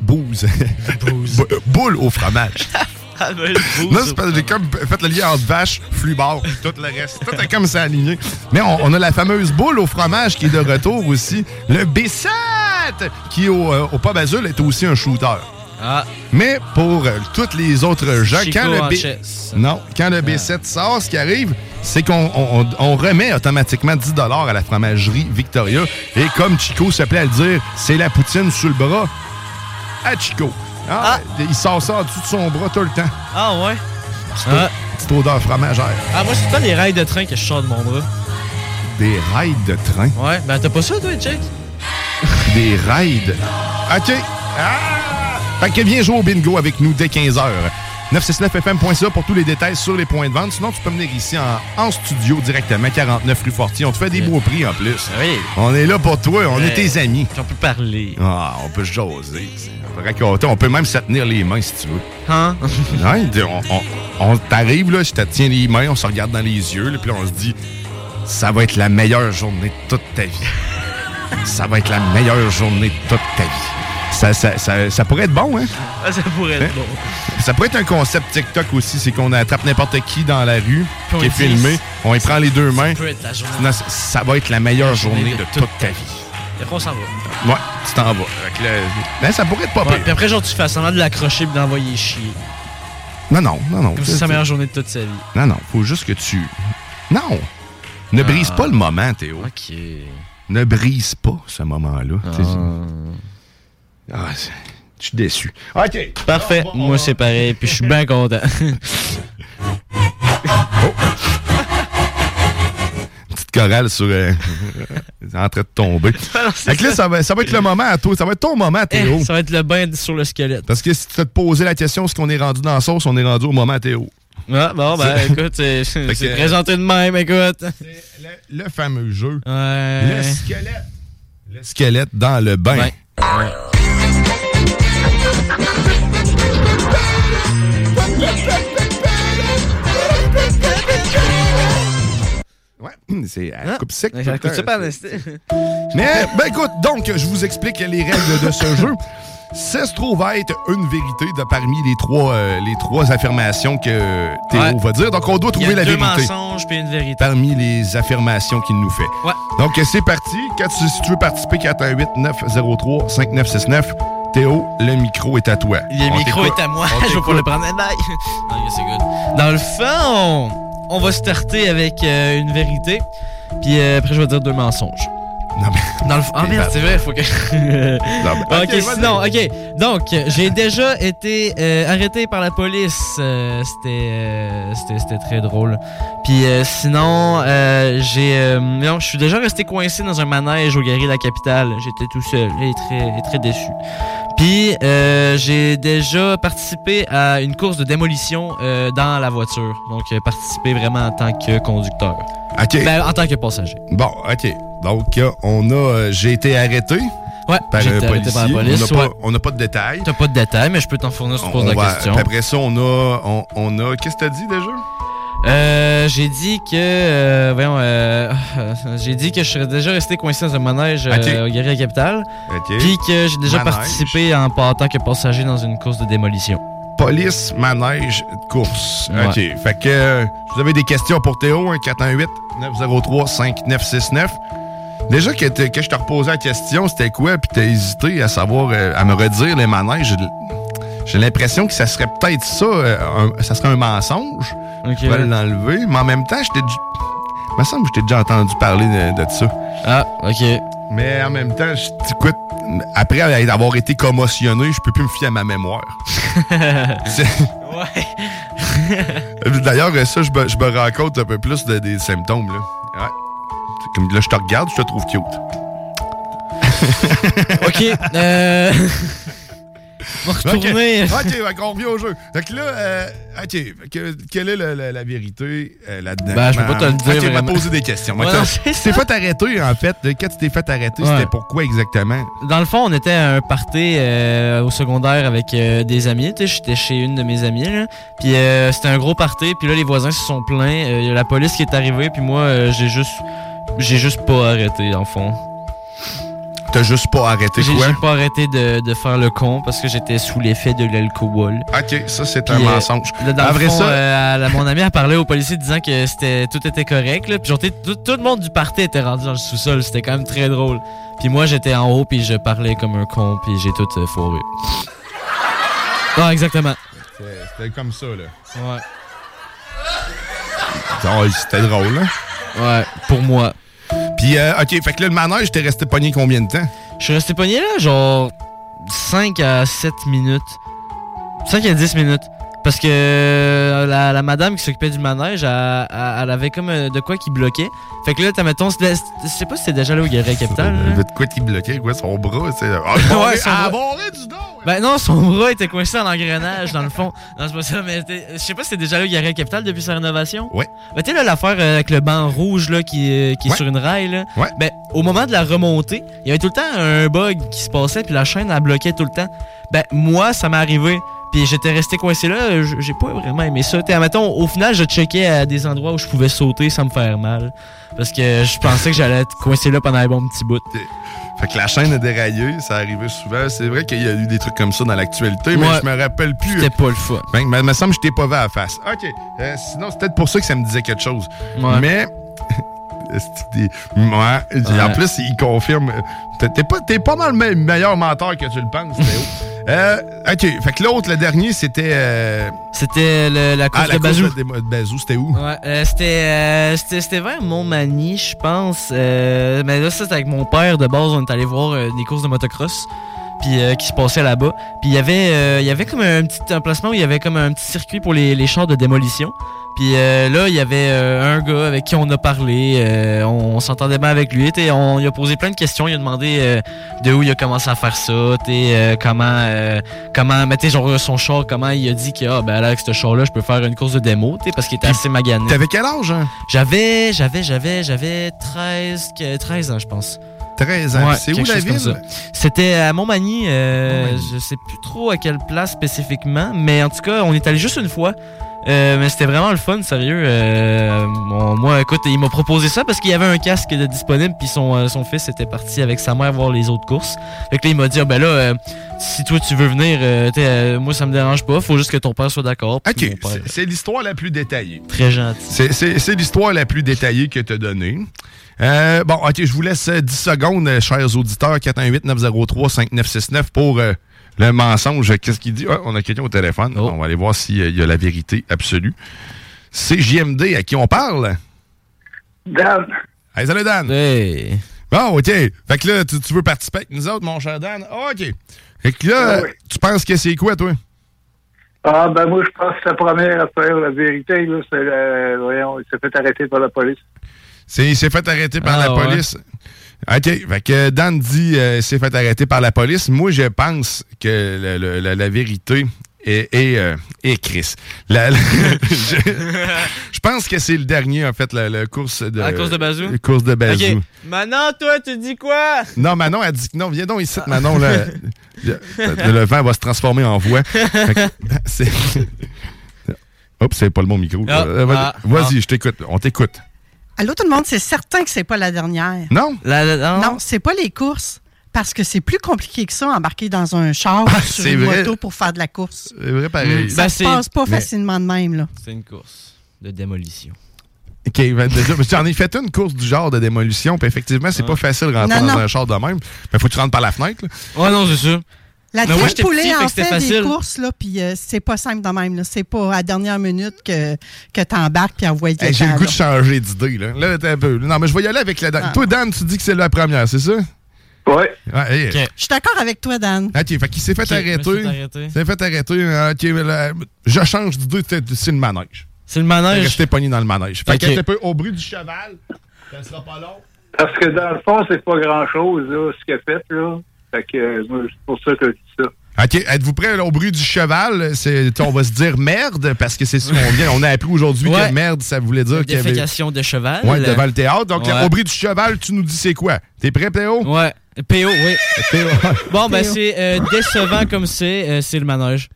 Boule au fromage. Là, c'est parce que j'ai comme fait le lien entre vache, flubard, tout le reste. Tout est comme ça aligné. Mais on a la fameuse boule au fromage qui est de retour aussi. Le B7 qui, au pub Azul, est aussi un shooter. Ah. Mais pour tous les autres gens, Chico quand le B7 sort, ce qui arrive, c'est qu'on remet automatiquement 10 $ à la fromagerie Victoria. Et comme Chico se plaît à le dire, c'est la poutine sous le bras à Chico. Il sort ça en dessous de son bras tout le temps. Ah ouais? Petite odeur fromagère. Ah, moi, c'est tout le temps les rails de train que je sors de mon bras. Des rails de train? Ouais, ben t'as pas ça, toi, Jake? Des rails. OK. Fait que viens jouer au bingo avec nous dès 15h. 969fm.ca pour tous les détails sur les points de vente. Sinon, tu peux venir ici en studio directement, 49 rue Fortier. On te fait des beaux prix en plus. Oui. On est là pour toi, on est tes amis. On peut parler. On peut jaser. On peut raconter. On peut même se tenir les mains si tu veux. Hein? Ouais, on t'arrive, là, je te tiens les mains, on se regarde dans les yeux, là, puis là, on se dit, ça va être la meilleure journée de toute ta vie. Ça va être la meilleure journée de toute ta vie. Ça pourrait être bon, hein? Ça pourrait être bon. Ça pourrait être un concept TikTok aussi, c'est qu'on attrape n'importe qui dans la rue, qui est filmé, on y prend les deux mains. Ça peut être la journée. Non, ça va être la meilleure journée de toute ta vie. Et après, on s'en va. Ouais, tu t'en vas. Ben, ça pourrait être pas pire. Puis après, genre, tu fais semblant de l'accrocher et d'envoyer chier. Non. Comme si c'est la meilleure journée de toute sa vie. Non, faut juste que tu... Non! Ne brise pas le moment, Théo. OK. Ne brise pas ce moment-là. Je suis déçu. OK. Parfait. Moi, c'est pareil. Puis je suis bien content. Petite chorale sur... en train de tomber. Fait que là, ça va être le moment à toi. Ça va être ton moment, Théo. Ça va être le bain sur le squelette. Parce que si tu te posais la question, est-ce qu'on est rendu dans la sauce, on est rendu au moment, Théo. Ah, bon, ben, écoute, c'est présenté de même, écoute. C'est le fameux jeu. Ouais. Le squelette. Le squelette dans le bain. Ouais. Ouais, c'est à coupe sec. Mais ben écoute, donc, je vous explique les règles de ce jeu. Ça se trouve être une vérité parmi les trois affirmations que Théo va dire. Donc, on doit trouver la vérité. Il y a deux mensonges puis une vérité. Parmi les affirmations qu'il nous fait. Ouais. Donc, c'est parti. Si tu veux participer, 418-903-5969. Théo, le micro est à toi. Le micro est à moi. Je vais pas le prendre. Bye. Non, c'est good. Dans le fond, on va starter avec une vérité. Puis après, je vais dire 2 mensonges. Non, mais... Dans le ah merde, c'est vrai, faut que... non, mais... ok, sinon, ok. Donc, j'ai déjà été arrêté par la police. C'était très drôle. Puis sinon, non, je suis déjà resté coincé dans un manège au Galeries de la Capitale. J'étais tout seul et très déçu. Puis j'ai déjà participé à une course de démolition dans la voiture. Donc, participé vraiment en tant que conducteur. OK. Ben, en tant que passager. Bon, OK. Donc, j'ai été arrêté. Ouais, j'ai été arrêté par la police. On n'a pas de détails. T'as pas de détails, mais je peux t'en fournir si tu poses la question. Après ça, on a qu'est-ce que t'as dit déjà? J'ai dit que... j'ai dit que je serais déjà resté coincé dans un manège au Galeries de la Capitale. Puis que j'ai déjà participé en tant que passager dans une course de démolition. Police, manège, course. Ouais. OK. Fait que vous avez des questions pour Théo, 418-903-5969. Déjà que je te reposais la question, c'était quoi? Puis t'as hésité à savoir, à me redire les manèges. J'ai l'impression que ça serait peut-être ça, ça serait un mensonge. Okay. Je vais l'enlever. Mais en même temps, il me semble que je t'ai déjà entendu parler de ça. Ah, OK. Mais en même temps, écoute, après avoir été commotionné, je peux plus me fier à ma mémoire. Ouais. D'ailleurs, ça, je me rends compte un peu plus des symptômes, là. Ouais. Comme là, je te regarde, je te trouve cute. OK. On va retourner. OK, on revient au jeu. Donc là, quelle est la vérité là-dedans? Ben, je peux pas te le dire. OK, on va poser des questions. Ouais, tu t'es fait arrêter, en fait. Quand tu t'es fait arrêter, c'était pourquoi exactement? Dans le fond, on était à un party au secondaire avec des amis. J'étais chez une de mes amies. Là. Puis c'était un gros party. Puis là, les voisins se sont plaints. Il y a la police qui est arrivée. Puis moi, j'ai juste pas arrêté, dans le fond. T'as juste pas arrêté quoi? J'ai pas arrêté de faire le con parce que j'étais sous l'effet de l'alcool. OK, ça, c'est un mensonge. Là, dans le fond, mon ami a parlé au policier disant que tout était correct. Là, puis tout le monde du party était rendu dans le sous-sol. C'était quand même très drôle. Puis moi, j'étais en haut puis je parlais comme un con puis j'ai tout foiré. Ah, exactement. C'était comme ça, là. Ouais. Oh, c'était drôle, hein? Ouais, pour moi. Puis, OK, fait que là, le manège, t'es resté pogné combien de temps? Je suis resté pogné là, genre 5 à 7 minutes. 5 à 10 minutes. Parce que la madame qui s'occupait du manège, elle avait comme de quoi qui bloquait. Fait que là, mettons, je sais pas si c'était déjà là au Galeries de la Capitale. De quoi qui bloquait, quoi? Son bras, c'est... Ouais, son bras. Du dos! Ben non, son bras était coincé dans l'engrenage, dans le fond. Non, c'est pas ça, mais je sais pas si c'était déjà là au Galeries de la Capitale depuis sa rénovation. Ouais. Ben tu sais, là, l'affaire avec le banc rouge, là, qui est sur une rail, là. Ouais. Ben, au moment de la remontée, il y avait tout le temps un bug qui se passait, puis la chaîne, elle bloquait tout le temps. Ben, moi, ça m'est arrivé. Puis j'étais resté coincé là, j'ai pas vraiment aimé ça. Mettons, au final, je checkais à des endroits où je pouvais sauter sans me faire mal. Parce que je pensais que j'allais être coincé là pendant un bon petit bout. Fait que la chaîne a déraillé, ça arrivait souvent. C'est vrai qu'il y a eu des trucs comme ça dans l'actualité, mais je me rappelle plus. C'était pas le fun. Ben, me semble que je t'ai pas vu à la face. OK. Sinon, c'est peut-être pour ça que ça me disait quelque chose. Ouais. Mais... En plus, il confirme. T'es pas mal le meilleur menteur que tu le penses, Théo. OK. Fait que l'autre, le dernier, c'était... C'était la course de Bazou. Bazou, c'était où? Ouais, c'était vers Montmagny, je pense. Mais là, ça, c'était avec mon père. De base, on est allé voir des courses de motocross. Puis qui se passaient là-bas. Puis il y avait comme un petit emplacement où il y avait comme un petit circuit pour les chars de démolition. Puis là, il y avait un gars avec qui on a parlé. On s'entendait bien avec lui. On lui a posé plein de questions. Il a demandé de où il a commencé à faire ça. Comment mettre genre son char. Comment il a dit que là, avec ce char-là, je peux faire une course de démo. Parce qu'il était assez magané. T'avais quel âge, hein? J'avais 13 ans, je pense. 13 ans. Ouais, c'est où la ville? C'était à Montmagny. Je sais plus trop à quelle place spécifiquement. Mais en tout cas, on est allé juste une fois. Mais c'était vraiment le fun, sérieux. Moi, écoute, il m'a proposé ça parce qu'il y avait un casque de disponible, puis son fils était parti avec sa mère voir les autres courses. Fait que là, il m'a dit, si toi tu veux venir, moi ça me dérange pas, faut juste que ton père soit d'accord. OK, c'est l'histoire la plus détaillée. Très gentil. C'est l'histoire la plus détaillée que t'as donnée. OK, je vous laisse 10 secondes, chers auditeurs, 418-903-5969 pour le mensonge. Qu'est-ce qu'il dit? Ah, on a quelqu'un au téléphone. On va aller voir s'il y a la vérité absolue. C'est JMD à qui on parle? Dan. Hey, salut Dan. Hey. Bon, OK. Fait que là, tu veux participer avec nous autres, mon cher Dan? OK. Fait que là, tu penses que c'est quoi, toi? Ah, ben moi, je pense que la première affaire, la vérité, là, c'est voyons, il s'est fait arrêter par la police. Il s'est fait arrêter par la police. OK. Fait que Dan dit s'est fait arrêter par la police. Moi, je pense que la vérité est Chris. Je pense que c'est le dernier, en fait, la course de... La course de Bazou? La course de Bazou. OK. Manon, toi, tu dis quoi? Non, Manon, elle dit que non. Viens donc ici, Manon. Là, le vent va se transformer en voix. Oups, c'est pas le bon micro. Vas-y, je t'écoute. On t'écoute. Allô, tout le monde, c'est certain que c'est pas la dernière. Non? Non, c'est pas les courses. Parce que c'est plus compliqué que ça, embarquer dans un char sur une moto pour faire de la course. C'est vrai, pareil. Ça se passe pas facilement de même, là. C'est une course de démolition. OK, j'en ai fait une course du genre de démolition, puis effectivement, c'est pas facile de rentrer dans un char de même. Mais faut que tu rentres par la fenêtre, là. Ouais, non, c'est sûr. La crème poulet en fait des courses, là, puis c'est pas simple de même, là. C'est pas à la dernière minute que t'embarques puis envoies le j'ai le goût de changer d'idée, là. Là, t'es un peu... Non, mais je vais y aller avec la Dan. Toi, Dan, tu dis que c'est la première, c'est ça? Oui. Ouais, Je suis d'accord avec toi, Dan. OK, fait qu'il s'est fait arrêter. Il s'est fait arrêter. OK, je change d'idée, c'est le manège. C'est le manège? Restez pogné dans le manège. Fait que un peu au bruit du cheval, ça sera pas long. Parce que dans le fond, c'est pas grand-chose, là, ce qu'il a fait, là. Fait que moi, c'est pour ça que je dis ça. OK, êtes-vous prêts là, au bruit du cheval? On va se dire merde, parce que c'est ce qu'on vient. On a appris aujourd'hui que merde, ça voulait dire qu'il y avait... Défécation de cheval. Oui, devant le théâtre. Donc, au bruit du cheval, tu nous dis c'est quoi? T'es prêt, P.O.? Ouais. P.O., oui. P.O. Bon, ben c'est décevant comme c'est le manège.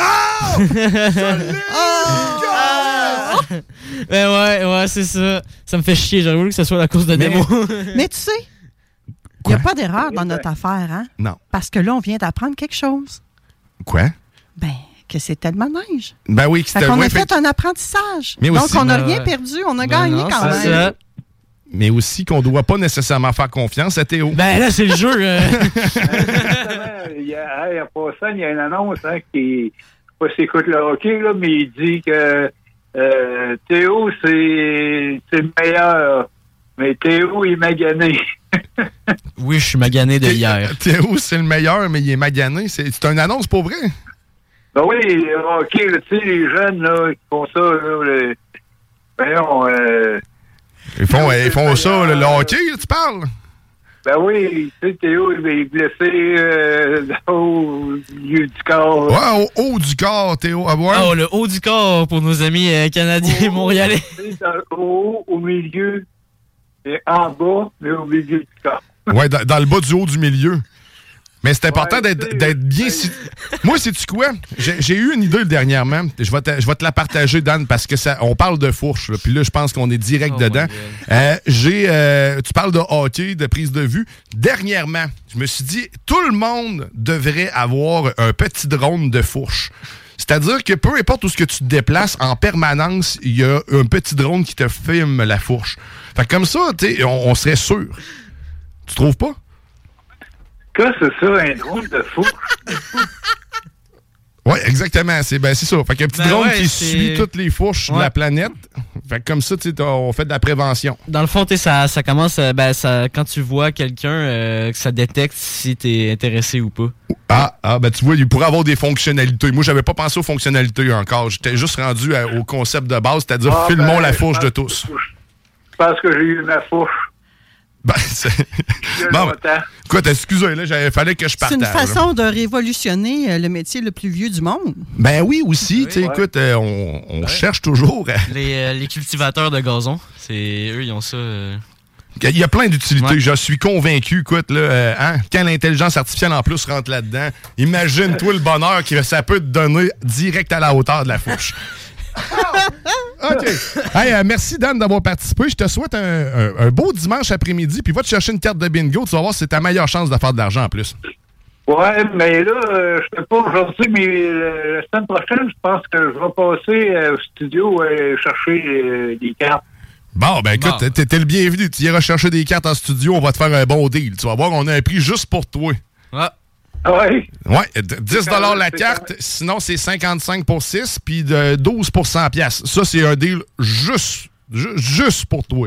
Ben ouais, c'est ça. Ça me fait chier. J'aurais voulu que ce soit la course de démo. Mais tu sais, il n'y a pas d'erreur dans notre affaire, hein? Non. Parce que là, on vient d'apprendre quelque chose. Quoi? Ben, que c'était le manège. Ben oui, que c'était... On a fait un apprentissage. Mais donc, aussi, on n'a rien perdu. On a gagné quand même. Ça. Mais aussi qu'on ne doit pas nécessairement faire confiance à Théo. Ben là, c'est le jeu. Il y a passant, il y a une annonce qui... Je sais pas si écoute le hockey, là, mais il dit que Théo, c'est le meilleur. Mais Théo, il est magané. Oui, je suis magané de hier. Théo, c'est le meilleur, mais il est magané. C'est une annonce pour vrai? Ben oui, OK, tu sais, les jeunes là, qui font ça, là, voyons, ils font ça, le hockey, là, tu parles? Ben oui, tu sais, Théo, il est blessé au milieu du corps. Ouais, au haut du corps, Théo. Oh, le haut du corps pour nos amis canadiens et montréalais. Au milieu, et en bas, mais au milieu du corps. Ouais, dans le bas du haut du milieu. Mais c'est important d'être bien... Moi, sais-tu quoi? J'ai eu une idée dernièrement. Je vais te la partager, Dan, parce que on parle de fourche. Là, puis là, je pense qu'on est direct dedans. Tu parles de hockey, de prise de vue. Dernièrement, je me suis dit, tout le monde devrait avoir un petit drone de fourche. C'est-à-dire que peu importe où ce que tu te déplaces, en permanence, il y a un petit drone qui te filme la fourche. Fait que comme ça, on serait sûr. Tu trouves pas? Que c'est ça, un drone de fourche? Oui, exactement. C'est ça. Fait qu'un petit drone qui suit toutes les fourches de la planète. Fait que comme ça, on fait de la prévention. Dans le fond, ça commence... quand tu vois quelqu'un, que ça détecte si t'es intéressé ou pas. Ben tu vois, il pourrait avoir des fonctionnalités. Moi, j'avais pas pensé aux fonctionnalités encore. J'étais juste rendu au concept de base, c'est-à-dire filmons la fourche de tous. Je pense que j'ai eu ma fourche. Ben, bon, écoute, excusez, là, il fallait que je partage. C'est une façon de révolutionner le métier le plus vieux du monde. Ben oui, aussi. Écoute, on cherche toujours. Les cultivateurs de gazon, eux, ils ont ça... Il y a plein d'utilités, je suis convaincu. Écoute, là, quand l'intelligence artificielle en plus rentre là-dedans, imagine-toi le bonheur que ça peut te donner direct à la hauteur de la fourche. OK. Hey, merci, Dan, d'avoir participé. Je te souhaite un beau dimanche après-midi. Puis va te chercher une carte de bingo. Tu vas voir, c'est ta meilleure chance de faire de l'argent en plus. Ouais, mais là, je ne sais pas aujourd'hui, mais la semaine prochaine, je pense que je vais passer au studio chercher des cartes. Bon, ben écoute, t'es le bienvenu. Tu iras chercher des cartes en studio. On va te faire un bon deal. Tu vas voir, on a un prix juste pour toi. Ouais. Oui. Ouais, 10 la carte, sinon c'est 55 pour 6, puis de 12 pour 100 piastres. Ça, c'est un deal juste pour toi.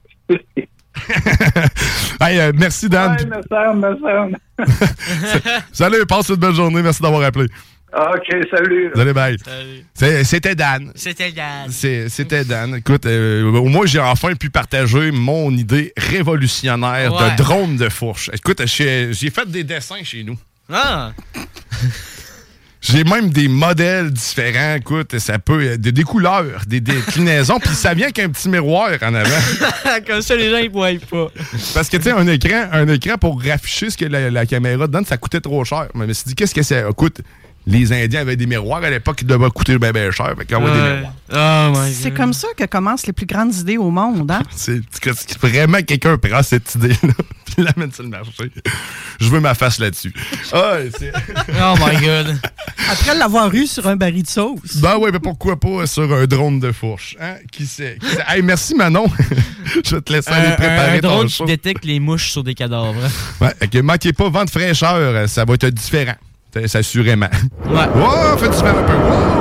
Hey, merci, Dan. Ouais, me semble. Salut, passe une bonne journée. Merci d'avoir appelé. OK, salut. Salut, bye. Salut. C'était Dan. C'était Dan. C'était Dan. Écoute, au moins, j'ai enfin pu partager mon idée révolutionnaire de drone de fourche. Écoute, j'ai fait des dessins chez nous. Ah! J'ai même des modèles différents. Écoute, ça peut... Des couleurs, des déclinaisons, puis ça vient avec un petit miroir en avant. Comme ça, les gens, ils voient pas. Parce que, tu sais, un écran pour rafficher ce que la caméra donne, ça coûtait trop cher. Mais je me suis dit, qu'est-ce que ça coûte? Les Indiens avaient des miroirs à l'époque qui devaient coûter bien cher. Fait qu'on des miroirs. Oh c'est comme ça que commencent les plus grandes idées au monde, hein? C'est vraiment quelqu'un prend cette idée-là puis l'amène sur le marché. Je veux ma face là-dessus. Oh my God. Après l'avoir eu sur un baril de sauce. Ben oui, mais pourquoi pas sur un drone de fourche? Hein? Qui sait? Hey, merci Manon. Je vais te laisser aller préparer ton drone qui show. détecte les mouches sur des cadavres. Ouais, ok, manquez pas, vent de fraîcheur, ça va être différent. C'est assurément. Ouais. Oh, fais différent un peu.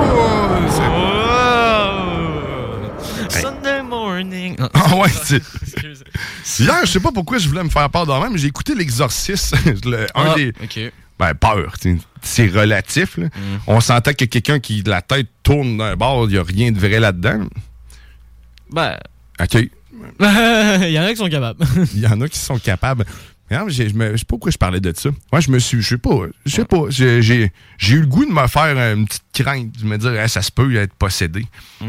Sunday morning. Ah ouais, hier, je sais pas pourquoi je voulais me faire peur de même, mais j'ai écouté l'Exorciste. OK. Ben, peur, c'est relatif. Là. On s'entend que quelqu'un qui la tête tourne d'un bord, il n'y a rien de vrai là-dedans. Ben. OK. Il y en a qui sont capables. Il y en a qui sont capables. Non, je sais pas pourquoi je parlais de ça. Moi, je sais pas. J'ai eu le goût de me faire une petite crainte, de me dire, ça se peut être possédé. Je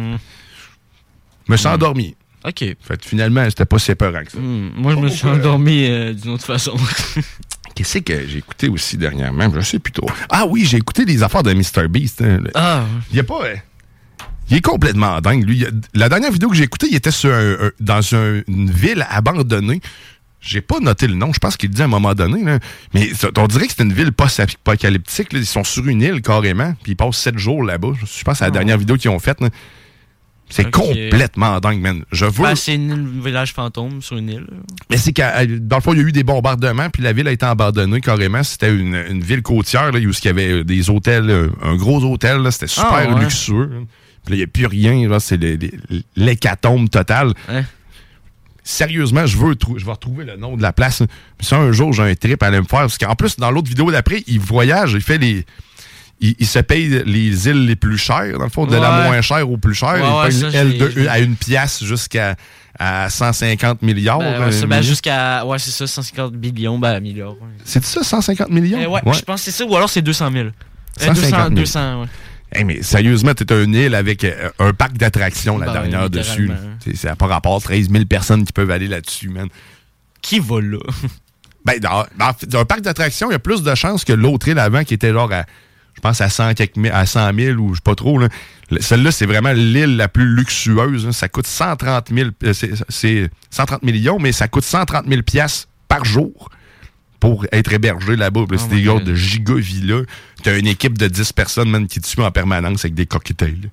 me suis endormi. OK. Fait finalement, c'était pas si épeurant que ça. Moi, je me suis endormi d'une autre façon. Qu'est-ce que j'ai écouté aussi dernièrement? Je sais plus trop. Ah oui, j'ai écouté des affaires de MrBeast. Hein. Il y a pas... il est complètement dingue, lui. La dernière vidéo que j'ai écoutée, il était dans une ville abandonnée. J'ai pas noté le nom, je pense qu'il le dit à un moment donné. Là. Mais on dirait que c'est une ville post-apocalyptique. Ils sont sur une île carrément, puis ils passent 7 jours là-bas. Je pense que c'est la dernière vidéo qu'ils ont faite. Là. C'est complètement dingue, man. C'est un village fantôme sur une île. Mais c'est que, dans le fond, il y a eu des bombardements, puis la ville a été abandonnée carrément. C'était une ville côtière, là, où il y avait des hôtels, un gros hôtel. Là, c'était super luxueux. Hein. Puis là, il n'y a plus rien. Là, c'est l'hécatombe totale. Ouais. Sérieusement, je vais retrouver le nom de la place. Puis ça, un jour, j'ai un trip à aller me faire. Parce qu'en plus, dans l'autre vidéo d'après, il voyage, il fait il se paye les îles les plus chères, dans le fond, de la moins chère au plus chère. Il paye une à une pièce jusqu'à 150 milliards. Jusqu'à, c'est ça, 150 millions, milliards. Ouais. C'est ça, 150 millions? Ouais, je pense que c'est ça, ou alors c'est 200 000. 200, ouais. Hey, mais sérieusement, t'es une île avec un parc d'attractions la dernière dessus. Ça n'a pas rapport, 13 000 personnes qui peuvent aller là-dessus, man. Qui va là? Ben, dans un parc d'attractions, il y a plus de chances que l'autre île avant qui était genre je pense à 100 000 ou je sais pas trop. Là. Celle-là, c'est vraiment l'île la plus luxueuse. Hein. Ça coûte 130 000, c'est 130 millions, mais ça coûte 130 000 piastres par jour pour être hébergé là-bas. C'est des gars de giga-villas. T'as une équipe de 10 personnes man, qui te suit en permanence avec des cocktails.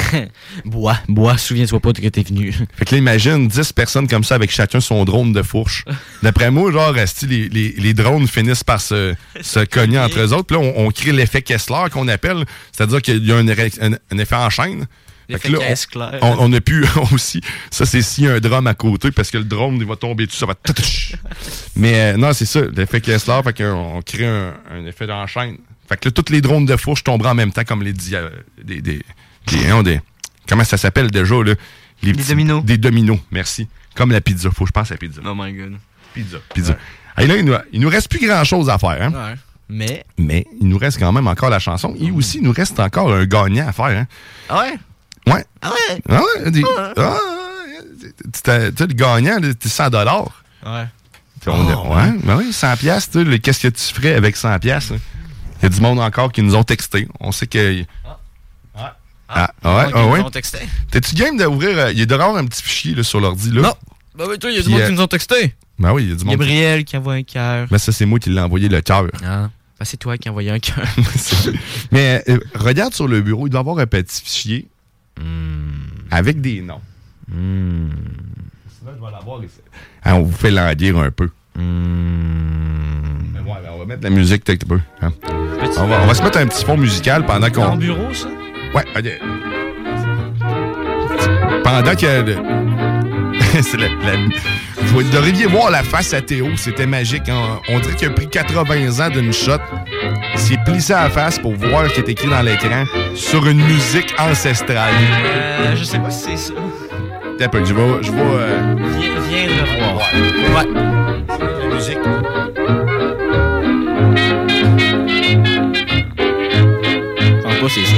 Bois, souviens-toi pas que t'es venu. Fait que là, imagine 10 personnes comme ça avec chacun son drone de fourche. D'après moi, genre, les drones finissent par se cogner entre eux autres. Puis là, on crée l'effet Kessler qu'on appelle. C'est-à-dire qu'il y a un effet en chaîne. Fait que là, on a pu aussi... Ça, c'est s'il y a un drum à côté, parce que le drone, il va tomber dessus, ça va... Mais non, c'est ça, l'effet Kessler, fait qu'on crée un effet d'enchaîne. Fait que là, tous les drones de fourche tomberaient en même temps, comme comment ça s'appelle déjà, là? Les dominos. Des dominos, merci. Comme la pizza, faut que je pense à la pizza. Oh my God. Pizza. Ouais. Et là, il nous reste plus grand-chose à faire, hein? Ouais. Mais il nous reste quand même encore la chanson. Et aussi, il nous reste encore un gagnant à faire, hein? Ah ouais? Ouais. Ah ouais? Ah ouais? Tu sais, le gagnant, c'est 100 $. Ouais. Ben oui, 100 piastres. Qu'est-ce que tu ferais avec 100 piastres? Il y a du monde encore qui nous ont texté. On sait que... Ils nous ont texté. T'es-tu game d'ouvrir... Il y a d'avoir un petit fichier là, sur l'ordi. Là. Non. Ben oui, toi, il y a du monde qui nous ont texté. Ben oui, il y a du monde. Gabriel qui envoie un cœur. Ben ça, c'est moi qui l'ai envoyé le cœur. Ah. Ben, c'est toi qui as envoyé un cœur. Mais regarde sur le bureau, il doit y avoir un petit fichier avec des noms. Sinon, je vais l'avoir ici. On vous fait languir un peu. Ben Ouais, ben on va mettre de la musique quelque peu. Hein. On va se mettre un petit fond musical pendant qu'on... En bureau, ça? Ouais, ok. Pendant que... C'est vous devriez voir la face à Théo, c'était magique. Hein? On dirait qu'il a pris 80 ans d'une shot. Il s'est plissé à la face pour voir ce qui est écrit dans l'écran sur une musique ancestrale. Je sais pas si c'est ça. T'as peu, je vais... Viens le voir. Ouais. La musique. Je pense pas c'est ça.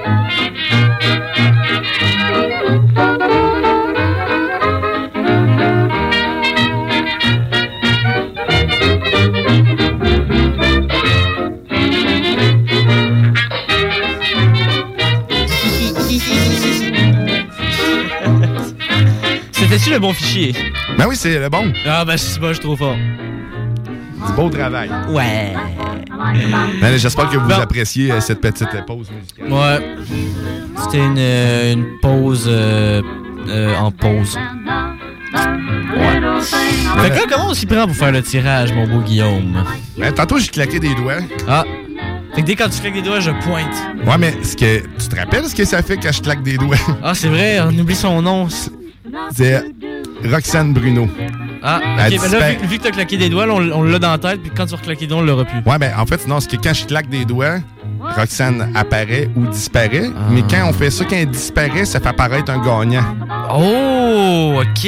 C'était-tu le bon fichier? Ben oui, c'est le bon. Ah ben c'est pas, je suis trop fort. Du beau travail. Ouais. Ben, j'espère que vous appréciez cette petite pause musicale. Ouais. C'était une pause en pause. Ouais. Fait que là, comment on s'y prend pour faire le tirage, mon beau Guillaume? Ben, tantôt, j'ai claqué des doigts. Ah. Fait que dès quand tu claques des doigts, je pointe. Ouais, mais tu te rappelles ce que ça fait quand je claque des doigts? Ah, c'est vrai, on oublie son nom. C'est Roxane Bruno. Ah, ok, ben là, vu que t'as claqué des doigts, là, on l'a dans la tête, puis quand tu vas reclaquer des doigts, on l'aura plus. Ouais, ben en fait, non, c'est que quand je claque des doigts, Roxane apparaît ou disparaît, mais quand on fait ça, quand elle disparaît, ça fait apparaître un gagnant. Oh, ok.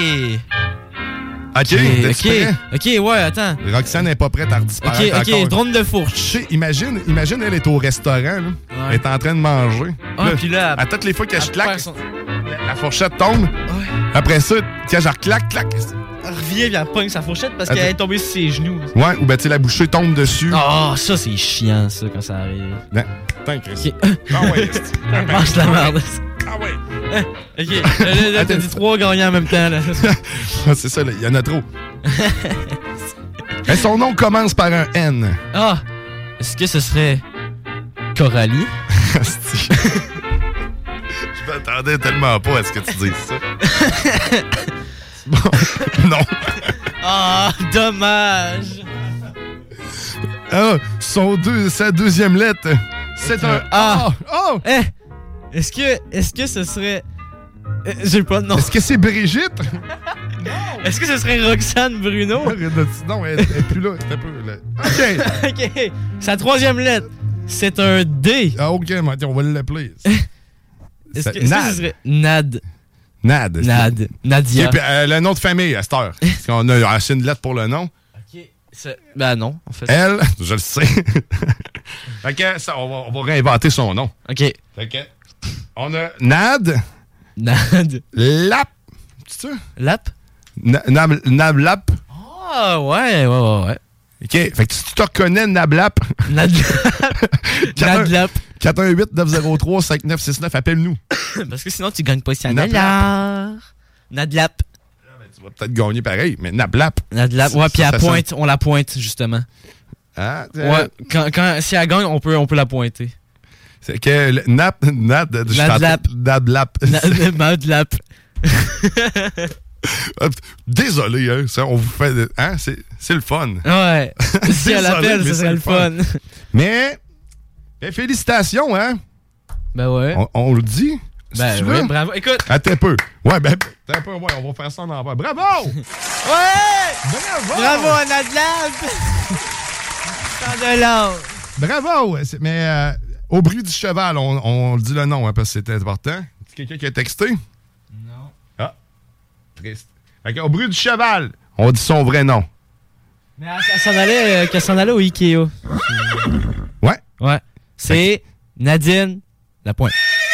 Ok, ouais, attends. Roxane n'est pas prête à redisparaître encore. Ok, drone de fourche. Imagine, elle est au restaurant, là. Ouais. Elle est en train de manger. Ah, puis là... À toutes les fois que je claque, la fourchette tombe. Ouais. Après ça, quand je reclaque, elle revient et elle pogne sa fourchette parce qu'elle est tombée sur ses genoux. Ouais, ou ben tu sais, la bouchée tombe dessus. Ah, ça c'est chiant, ça, quand ça arrive. Non. Putain, Chris. Ah ouais. Mange la merde. Ah ouais. Ok, là t'as dit 3 gagnants en même temps, là. C'est ça, il y en a trop. Et son nom commence par un N. Ah, est-ce que ce serait Coralie? Je m'attendais tellement pas à ce que tu dises ça. Bon, non. Ah, dommage. Ah, sa deuxième lettre, c'est un A. Oh! Est-ce que ce serait... J'ai pas de nom. Est-ce que c'est Brigitte? Non. Est-ce que ce serait Roxane Bruno? Non, elle est plus là. C'est un peu là. OK. OK. Sa troisième lettre, c'est un D. Ah, OK, on va l'appeler. Est-ce que ce serait Nad? Nadia. Puis, le nom de famille, à cette heure. Parce qu'on a assez une lettre pour le nom. OK. Ben non, en fait. Elle, je le sais. Fait que ça, on va réinventer son nom. OK. Fait que on a Nad. Lap. C'est ça? Lap? Nablap. Ah, ouais. OK. Fait que si tu te reconnais Nablap. Nadlap. 418-903-5969, appelle-nous. Parce que sinon, tu gagnes pas $100. Nadlap. Tu vas peut-être gagner pareil, mais Nablap. Ouais, puis on la pointe, justement. Ah, ouais, si elle gagne, on peut la pointer. C'est que Nadlap. Désolé, hein, ça, on vous fait... Hein, c'est le fun. Ouais. Si elle appelle, ce serait le fun. Mais, félicitations, hein. Ben ouais. On le dit. Ben oui, bravo. Écoute. Attends un peu. Ouais, ben, attends un peu, ouais, on va faire ça en envers. Bravo! Ouais! Bravo à Nadlap! Bravo! Mais au bruit du cheval, on dit le nom, hein, parce que c'est important. C'est quelqu'un qui a texté? Non. Ah, triste. Fait au bruit du cheval, on dit son vrai nom. Mais qu'elle s'en allait au Ikea. Ouais. Ouais. C'est Nadine Lapointe.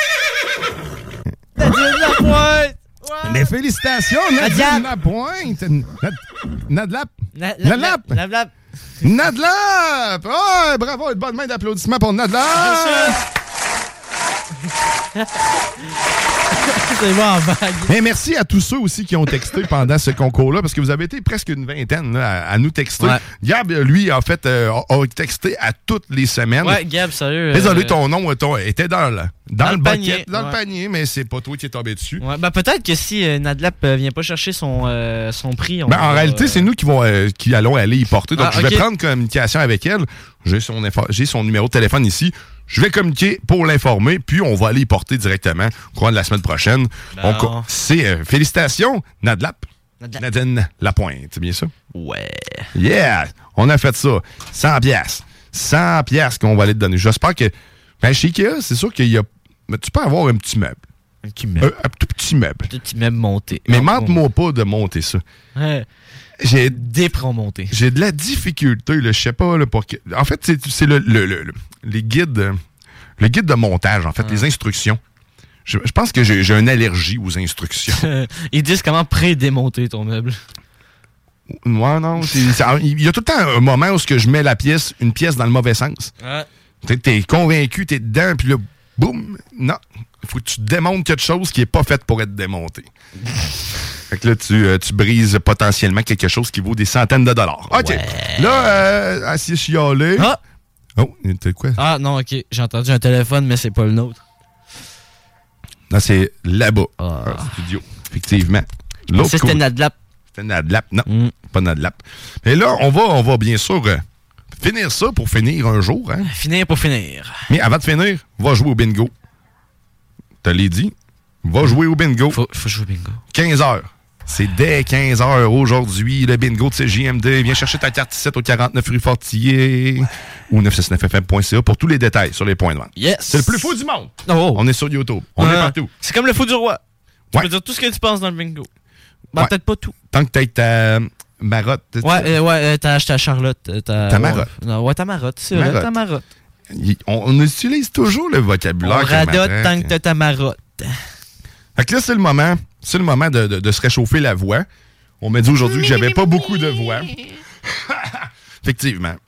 Nadine Lapointe! Ouais. Mais félicitations, Nadine Lapointe! Nadlap! Nadlap! Nadlap! Oh, bravo, une bonne main d'applaudissements pour Nadlap! C'est bon en vague. Mais merci à tous ceux aussi qui ont texté pendant ce concours-là, parce que vous avez été presque une vingtaine là, à nous texter. Ouais. Gab, lui, en fait, a texté à toutes les semaines. Ouais, Gab, sérieux. Désolé, ton nom était dans le panier. Dans le panier, mais c'est pas toi qui es tombé dessus. Ouais, ben peut-être que si Nadlap vient pas chercher son prix... en réalité, c'est nous qui allons aller y porter. Donc, je vais prendre communication avec elle. J'ai son numéro de téléphone ici. Je vais communiquer pour l'informer, puis on va aller y porter directement au courant de la semaine prochaine. C'est félicitations, Nadlap. Nadine Lapointe, c'est bien ça? Ouais. Yeah! On a fait ça. 100 piastres. 100 piastres qu'on va aller te donner. J'espère que... chez Ikea, c'est sûr qu'il y a... Mais tu peux avoir un petit meuble. Un petit meuble. Un tout petit meuble. Un petit meuble monté. Mais mente-moi pas de monter ça. Ouais. J'ai de la difficulté, là, je sais pas. Là, en fait, c'est les guides, le guide de montage, en fait, les instructions. Je pense que j'ai une allergie aux instructions. Ils disent comment pré-démonter ton meuble. Ouais, non. Il y a tout le temps un moment où je mets une pièce dans le mauvais sens. Ouais. T'es convaincu, t'es dedans, puis là, boum, non. Il faut que tu démontes quelque chose qui n'est pas fait pour être démonté. Fait que là, tu brises potentiellement quelque chose qui vaut des centaines de dollars. OK. Ouais. Là, assis chialé. Ah! Oh, t'as quoi? Ah, non, OK. J'ai entendu un téléphone, mais c'est pas le nôtre. Là, c'est là-bas. Studio. Effectivement. L'autre c'était Nadlap. C'était Nadlap. Non, pas Nadlap. Mais là, on va bien sûr finir ça pour finir un jour. Hein? Finir pour finir. Mais avant de finir, va jouer au bingo. Te l'ai dit. Va jouer au bingo. Faut jouer au bingo. 15h. C'est dès 15h aujourd'hui, le bingo de CJMD. Viens chercher ta carte 17 au 49 rue Fortier ou 969fm.ca pour tous les détails sur les points de vente. Yes! C'est le plus fou du monde. Oh. On est sur YouTube. On est partout. C'est comme le fou du roi. Tu peux dire tout ce que tu penses dans le bingo. Ben, peut-être pas tout. Tant que t'as ta marotte. T'as acheté à Charlotte. Ta marotte. Ouais, ta marotte. C'est vrai, ta marotte. On utilise toujours le vocabulaire. On radote tant que t'as ta marotte. Fait que là, c'est le moment. C'est le moment de se réchauffer la voix. On m'a dit aujourd'hui que j'avais pas beaucoup de voix. Effectivement.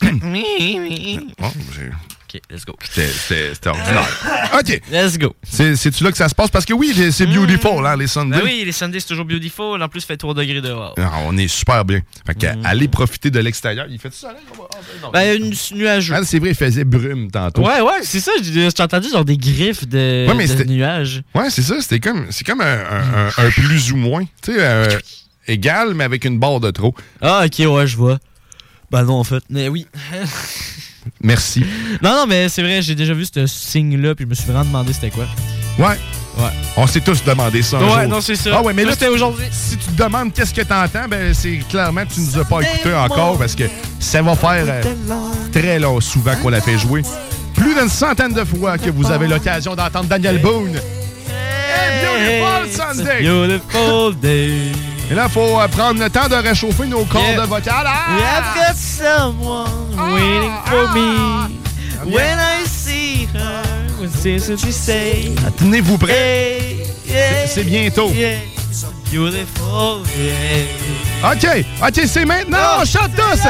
OK, let's go. C'était ordinaire. OK. Let's go. C'est-tu là que ça se passe? Parce que oui, c'est beautiful, hein, les Sundays. Ben oui, les Sundays, c'est toujours beautiful. En plus, il fait 3 degrés dehors. Ah, on est super bien. Fait que allez profiter de l'extérieur. Il fait ça, nuageux. Ah, c'est vrai, il faisait brume tantôt. Ouais, c'est ça. J'ai entendu genre des griffes de nuages. Ouais, c'est ça. C'est comme un plus ou moins. Tu sais, égal, mais avec une barre de trop. Ah, OK, ouais, je vois. Ben non, en fait. Mais oui. Merci. Non, mais c'est vrai, j'ai déjà vu ce signe-là, puis je me suis vraiment demandé c'était quoi. Ouais. On s'est tous demandé ça un jour. Non, c'est ça. Ah ouais, mais là, c'était aujourd'hui. Si tu te demandes qu'est-ce que t'entends, ben c'est clairement que tu nous as pas écouté encore, parce que ça va faire très long, souvent qu'on l'a fait jouer. Plus d'une centaine de fois que vous avez l'occasion d'entendre Daniel Boone. Beautiful Sunday! Beautiful day! Et là, il faut prendre le temps de réchauffer nos cordes vocales. I've got someone waiting for me when I see her. When she say, tenez-vous prêts. C'est bientôt. Beautiful day. OK, c'est maintenant. On chante tous.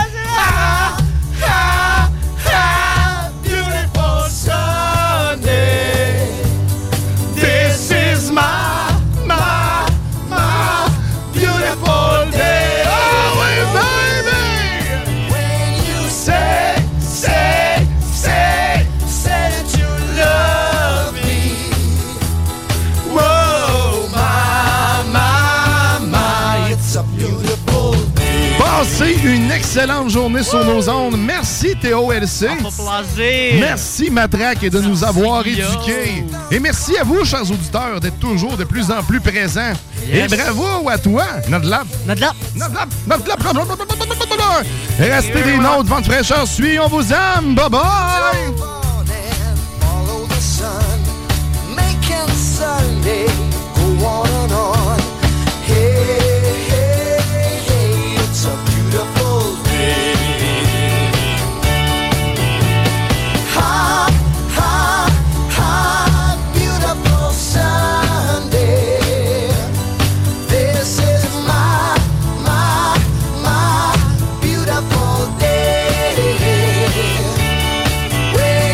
Beautiful Sunday. This is my beautiful day. Oh, oui, baby! When you say that you love me. Whoa, my, it's a beautiful day. Passez une excellente journée sur nos ondes. Merci Théo LC. Merci Matraque de nous avoir éduqués. Et merci à vous, chers auditeurs, d'être toujours de plus en plus présents. Et bravo à toi, Nadlap. Restez des nôtres, vente fraîcheur suit, on vous aime. Bye bye. Sunday go on and on. Hey, it's a beautiful day. Beautiful Sunday. This is my beautiful day. When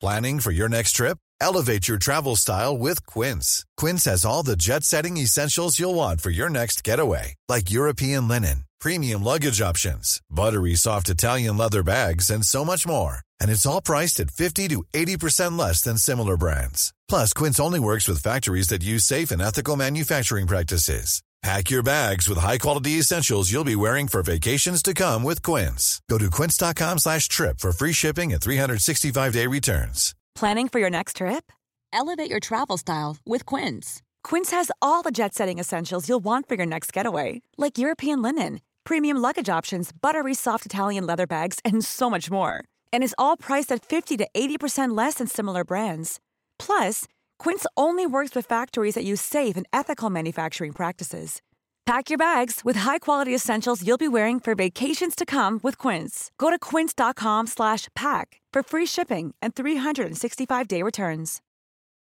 Planning for your next trip? Elevate your travel style with Quince. Quince has all the jet-setting essentials you'll want for your next getaway, like European linen, premium luggage options, buttery soft Italian leather bags, and so much more. And it's all priced at 50 to 80% less than similar brands. Plus, Quince only works with factories that use safe and ethical manufacturing practices. Pack your bags with high-quality essentials you'll be wearing for vacations to come with Quince. Go to quince.com/trip for free shipping and 365-day returns. Planning for your next trip? Elevate your travel style with Quince. Quince has all the jet-setting essentials you'll want for your next getaway, like European linen, premium luggage options, buttery soft Italian leather bags, and so much more. And is all priced at 50 to 80% less than similar brands. Plus, Quince only works with factories that use safe and ethical manufacturing practices. Pack your bags with high-quality essentials you'll be wearing for vacations to come with Quince. Go to quince.com/pack for free shipping and 365-day returns.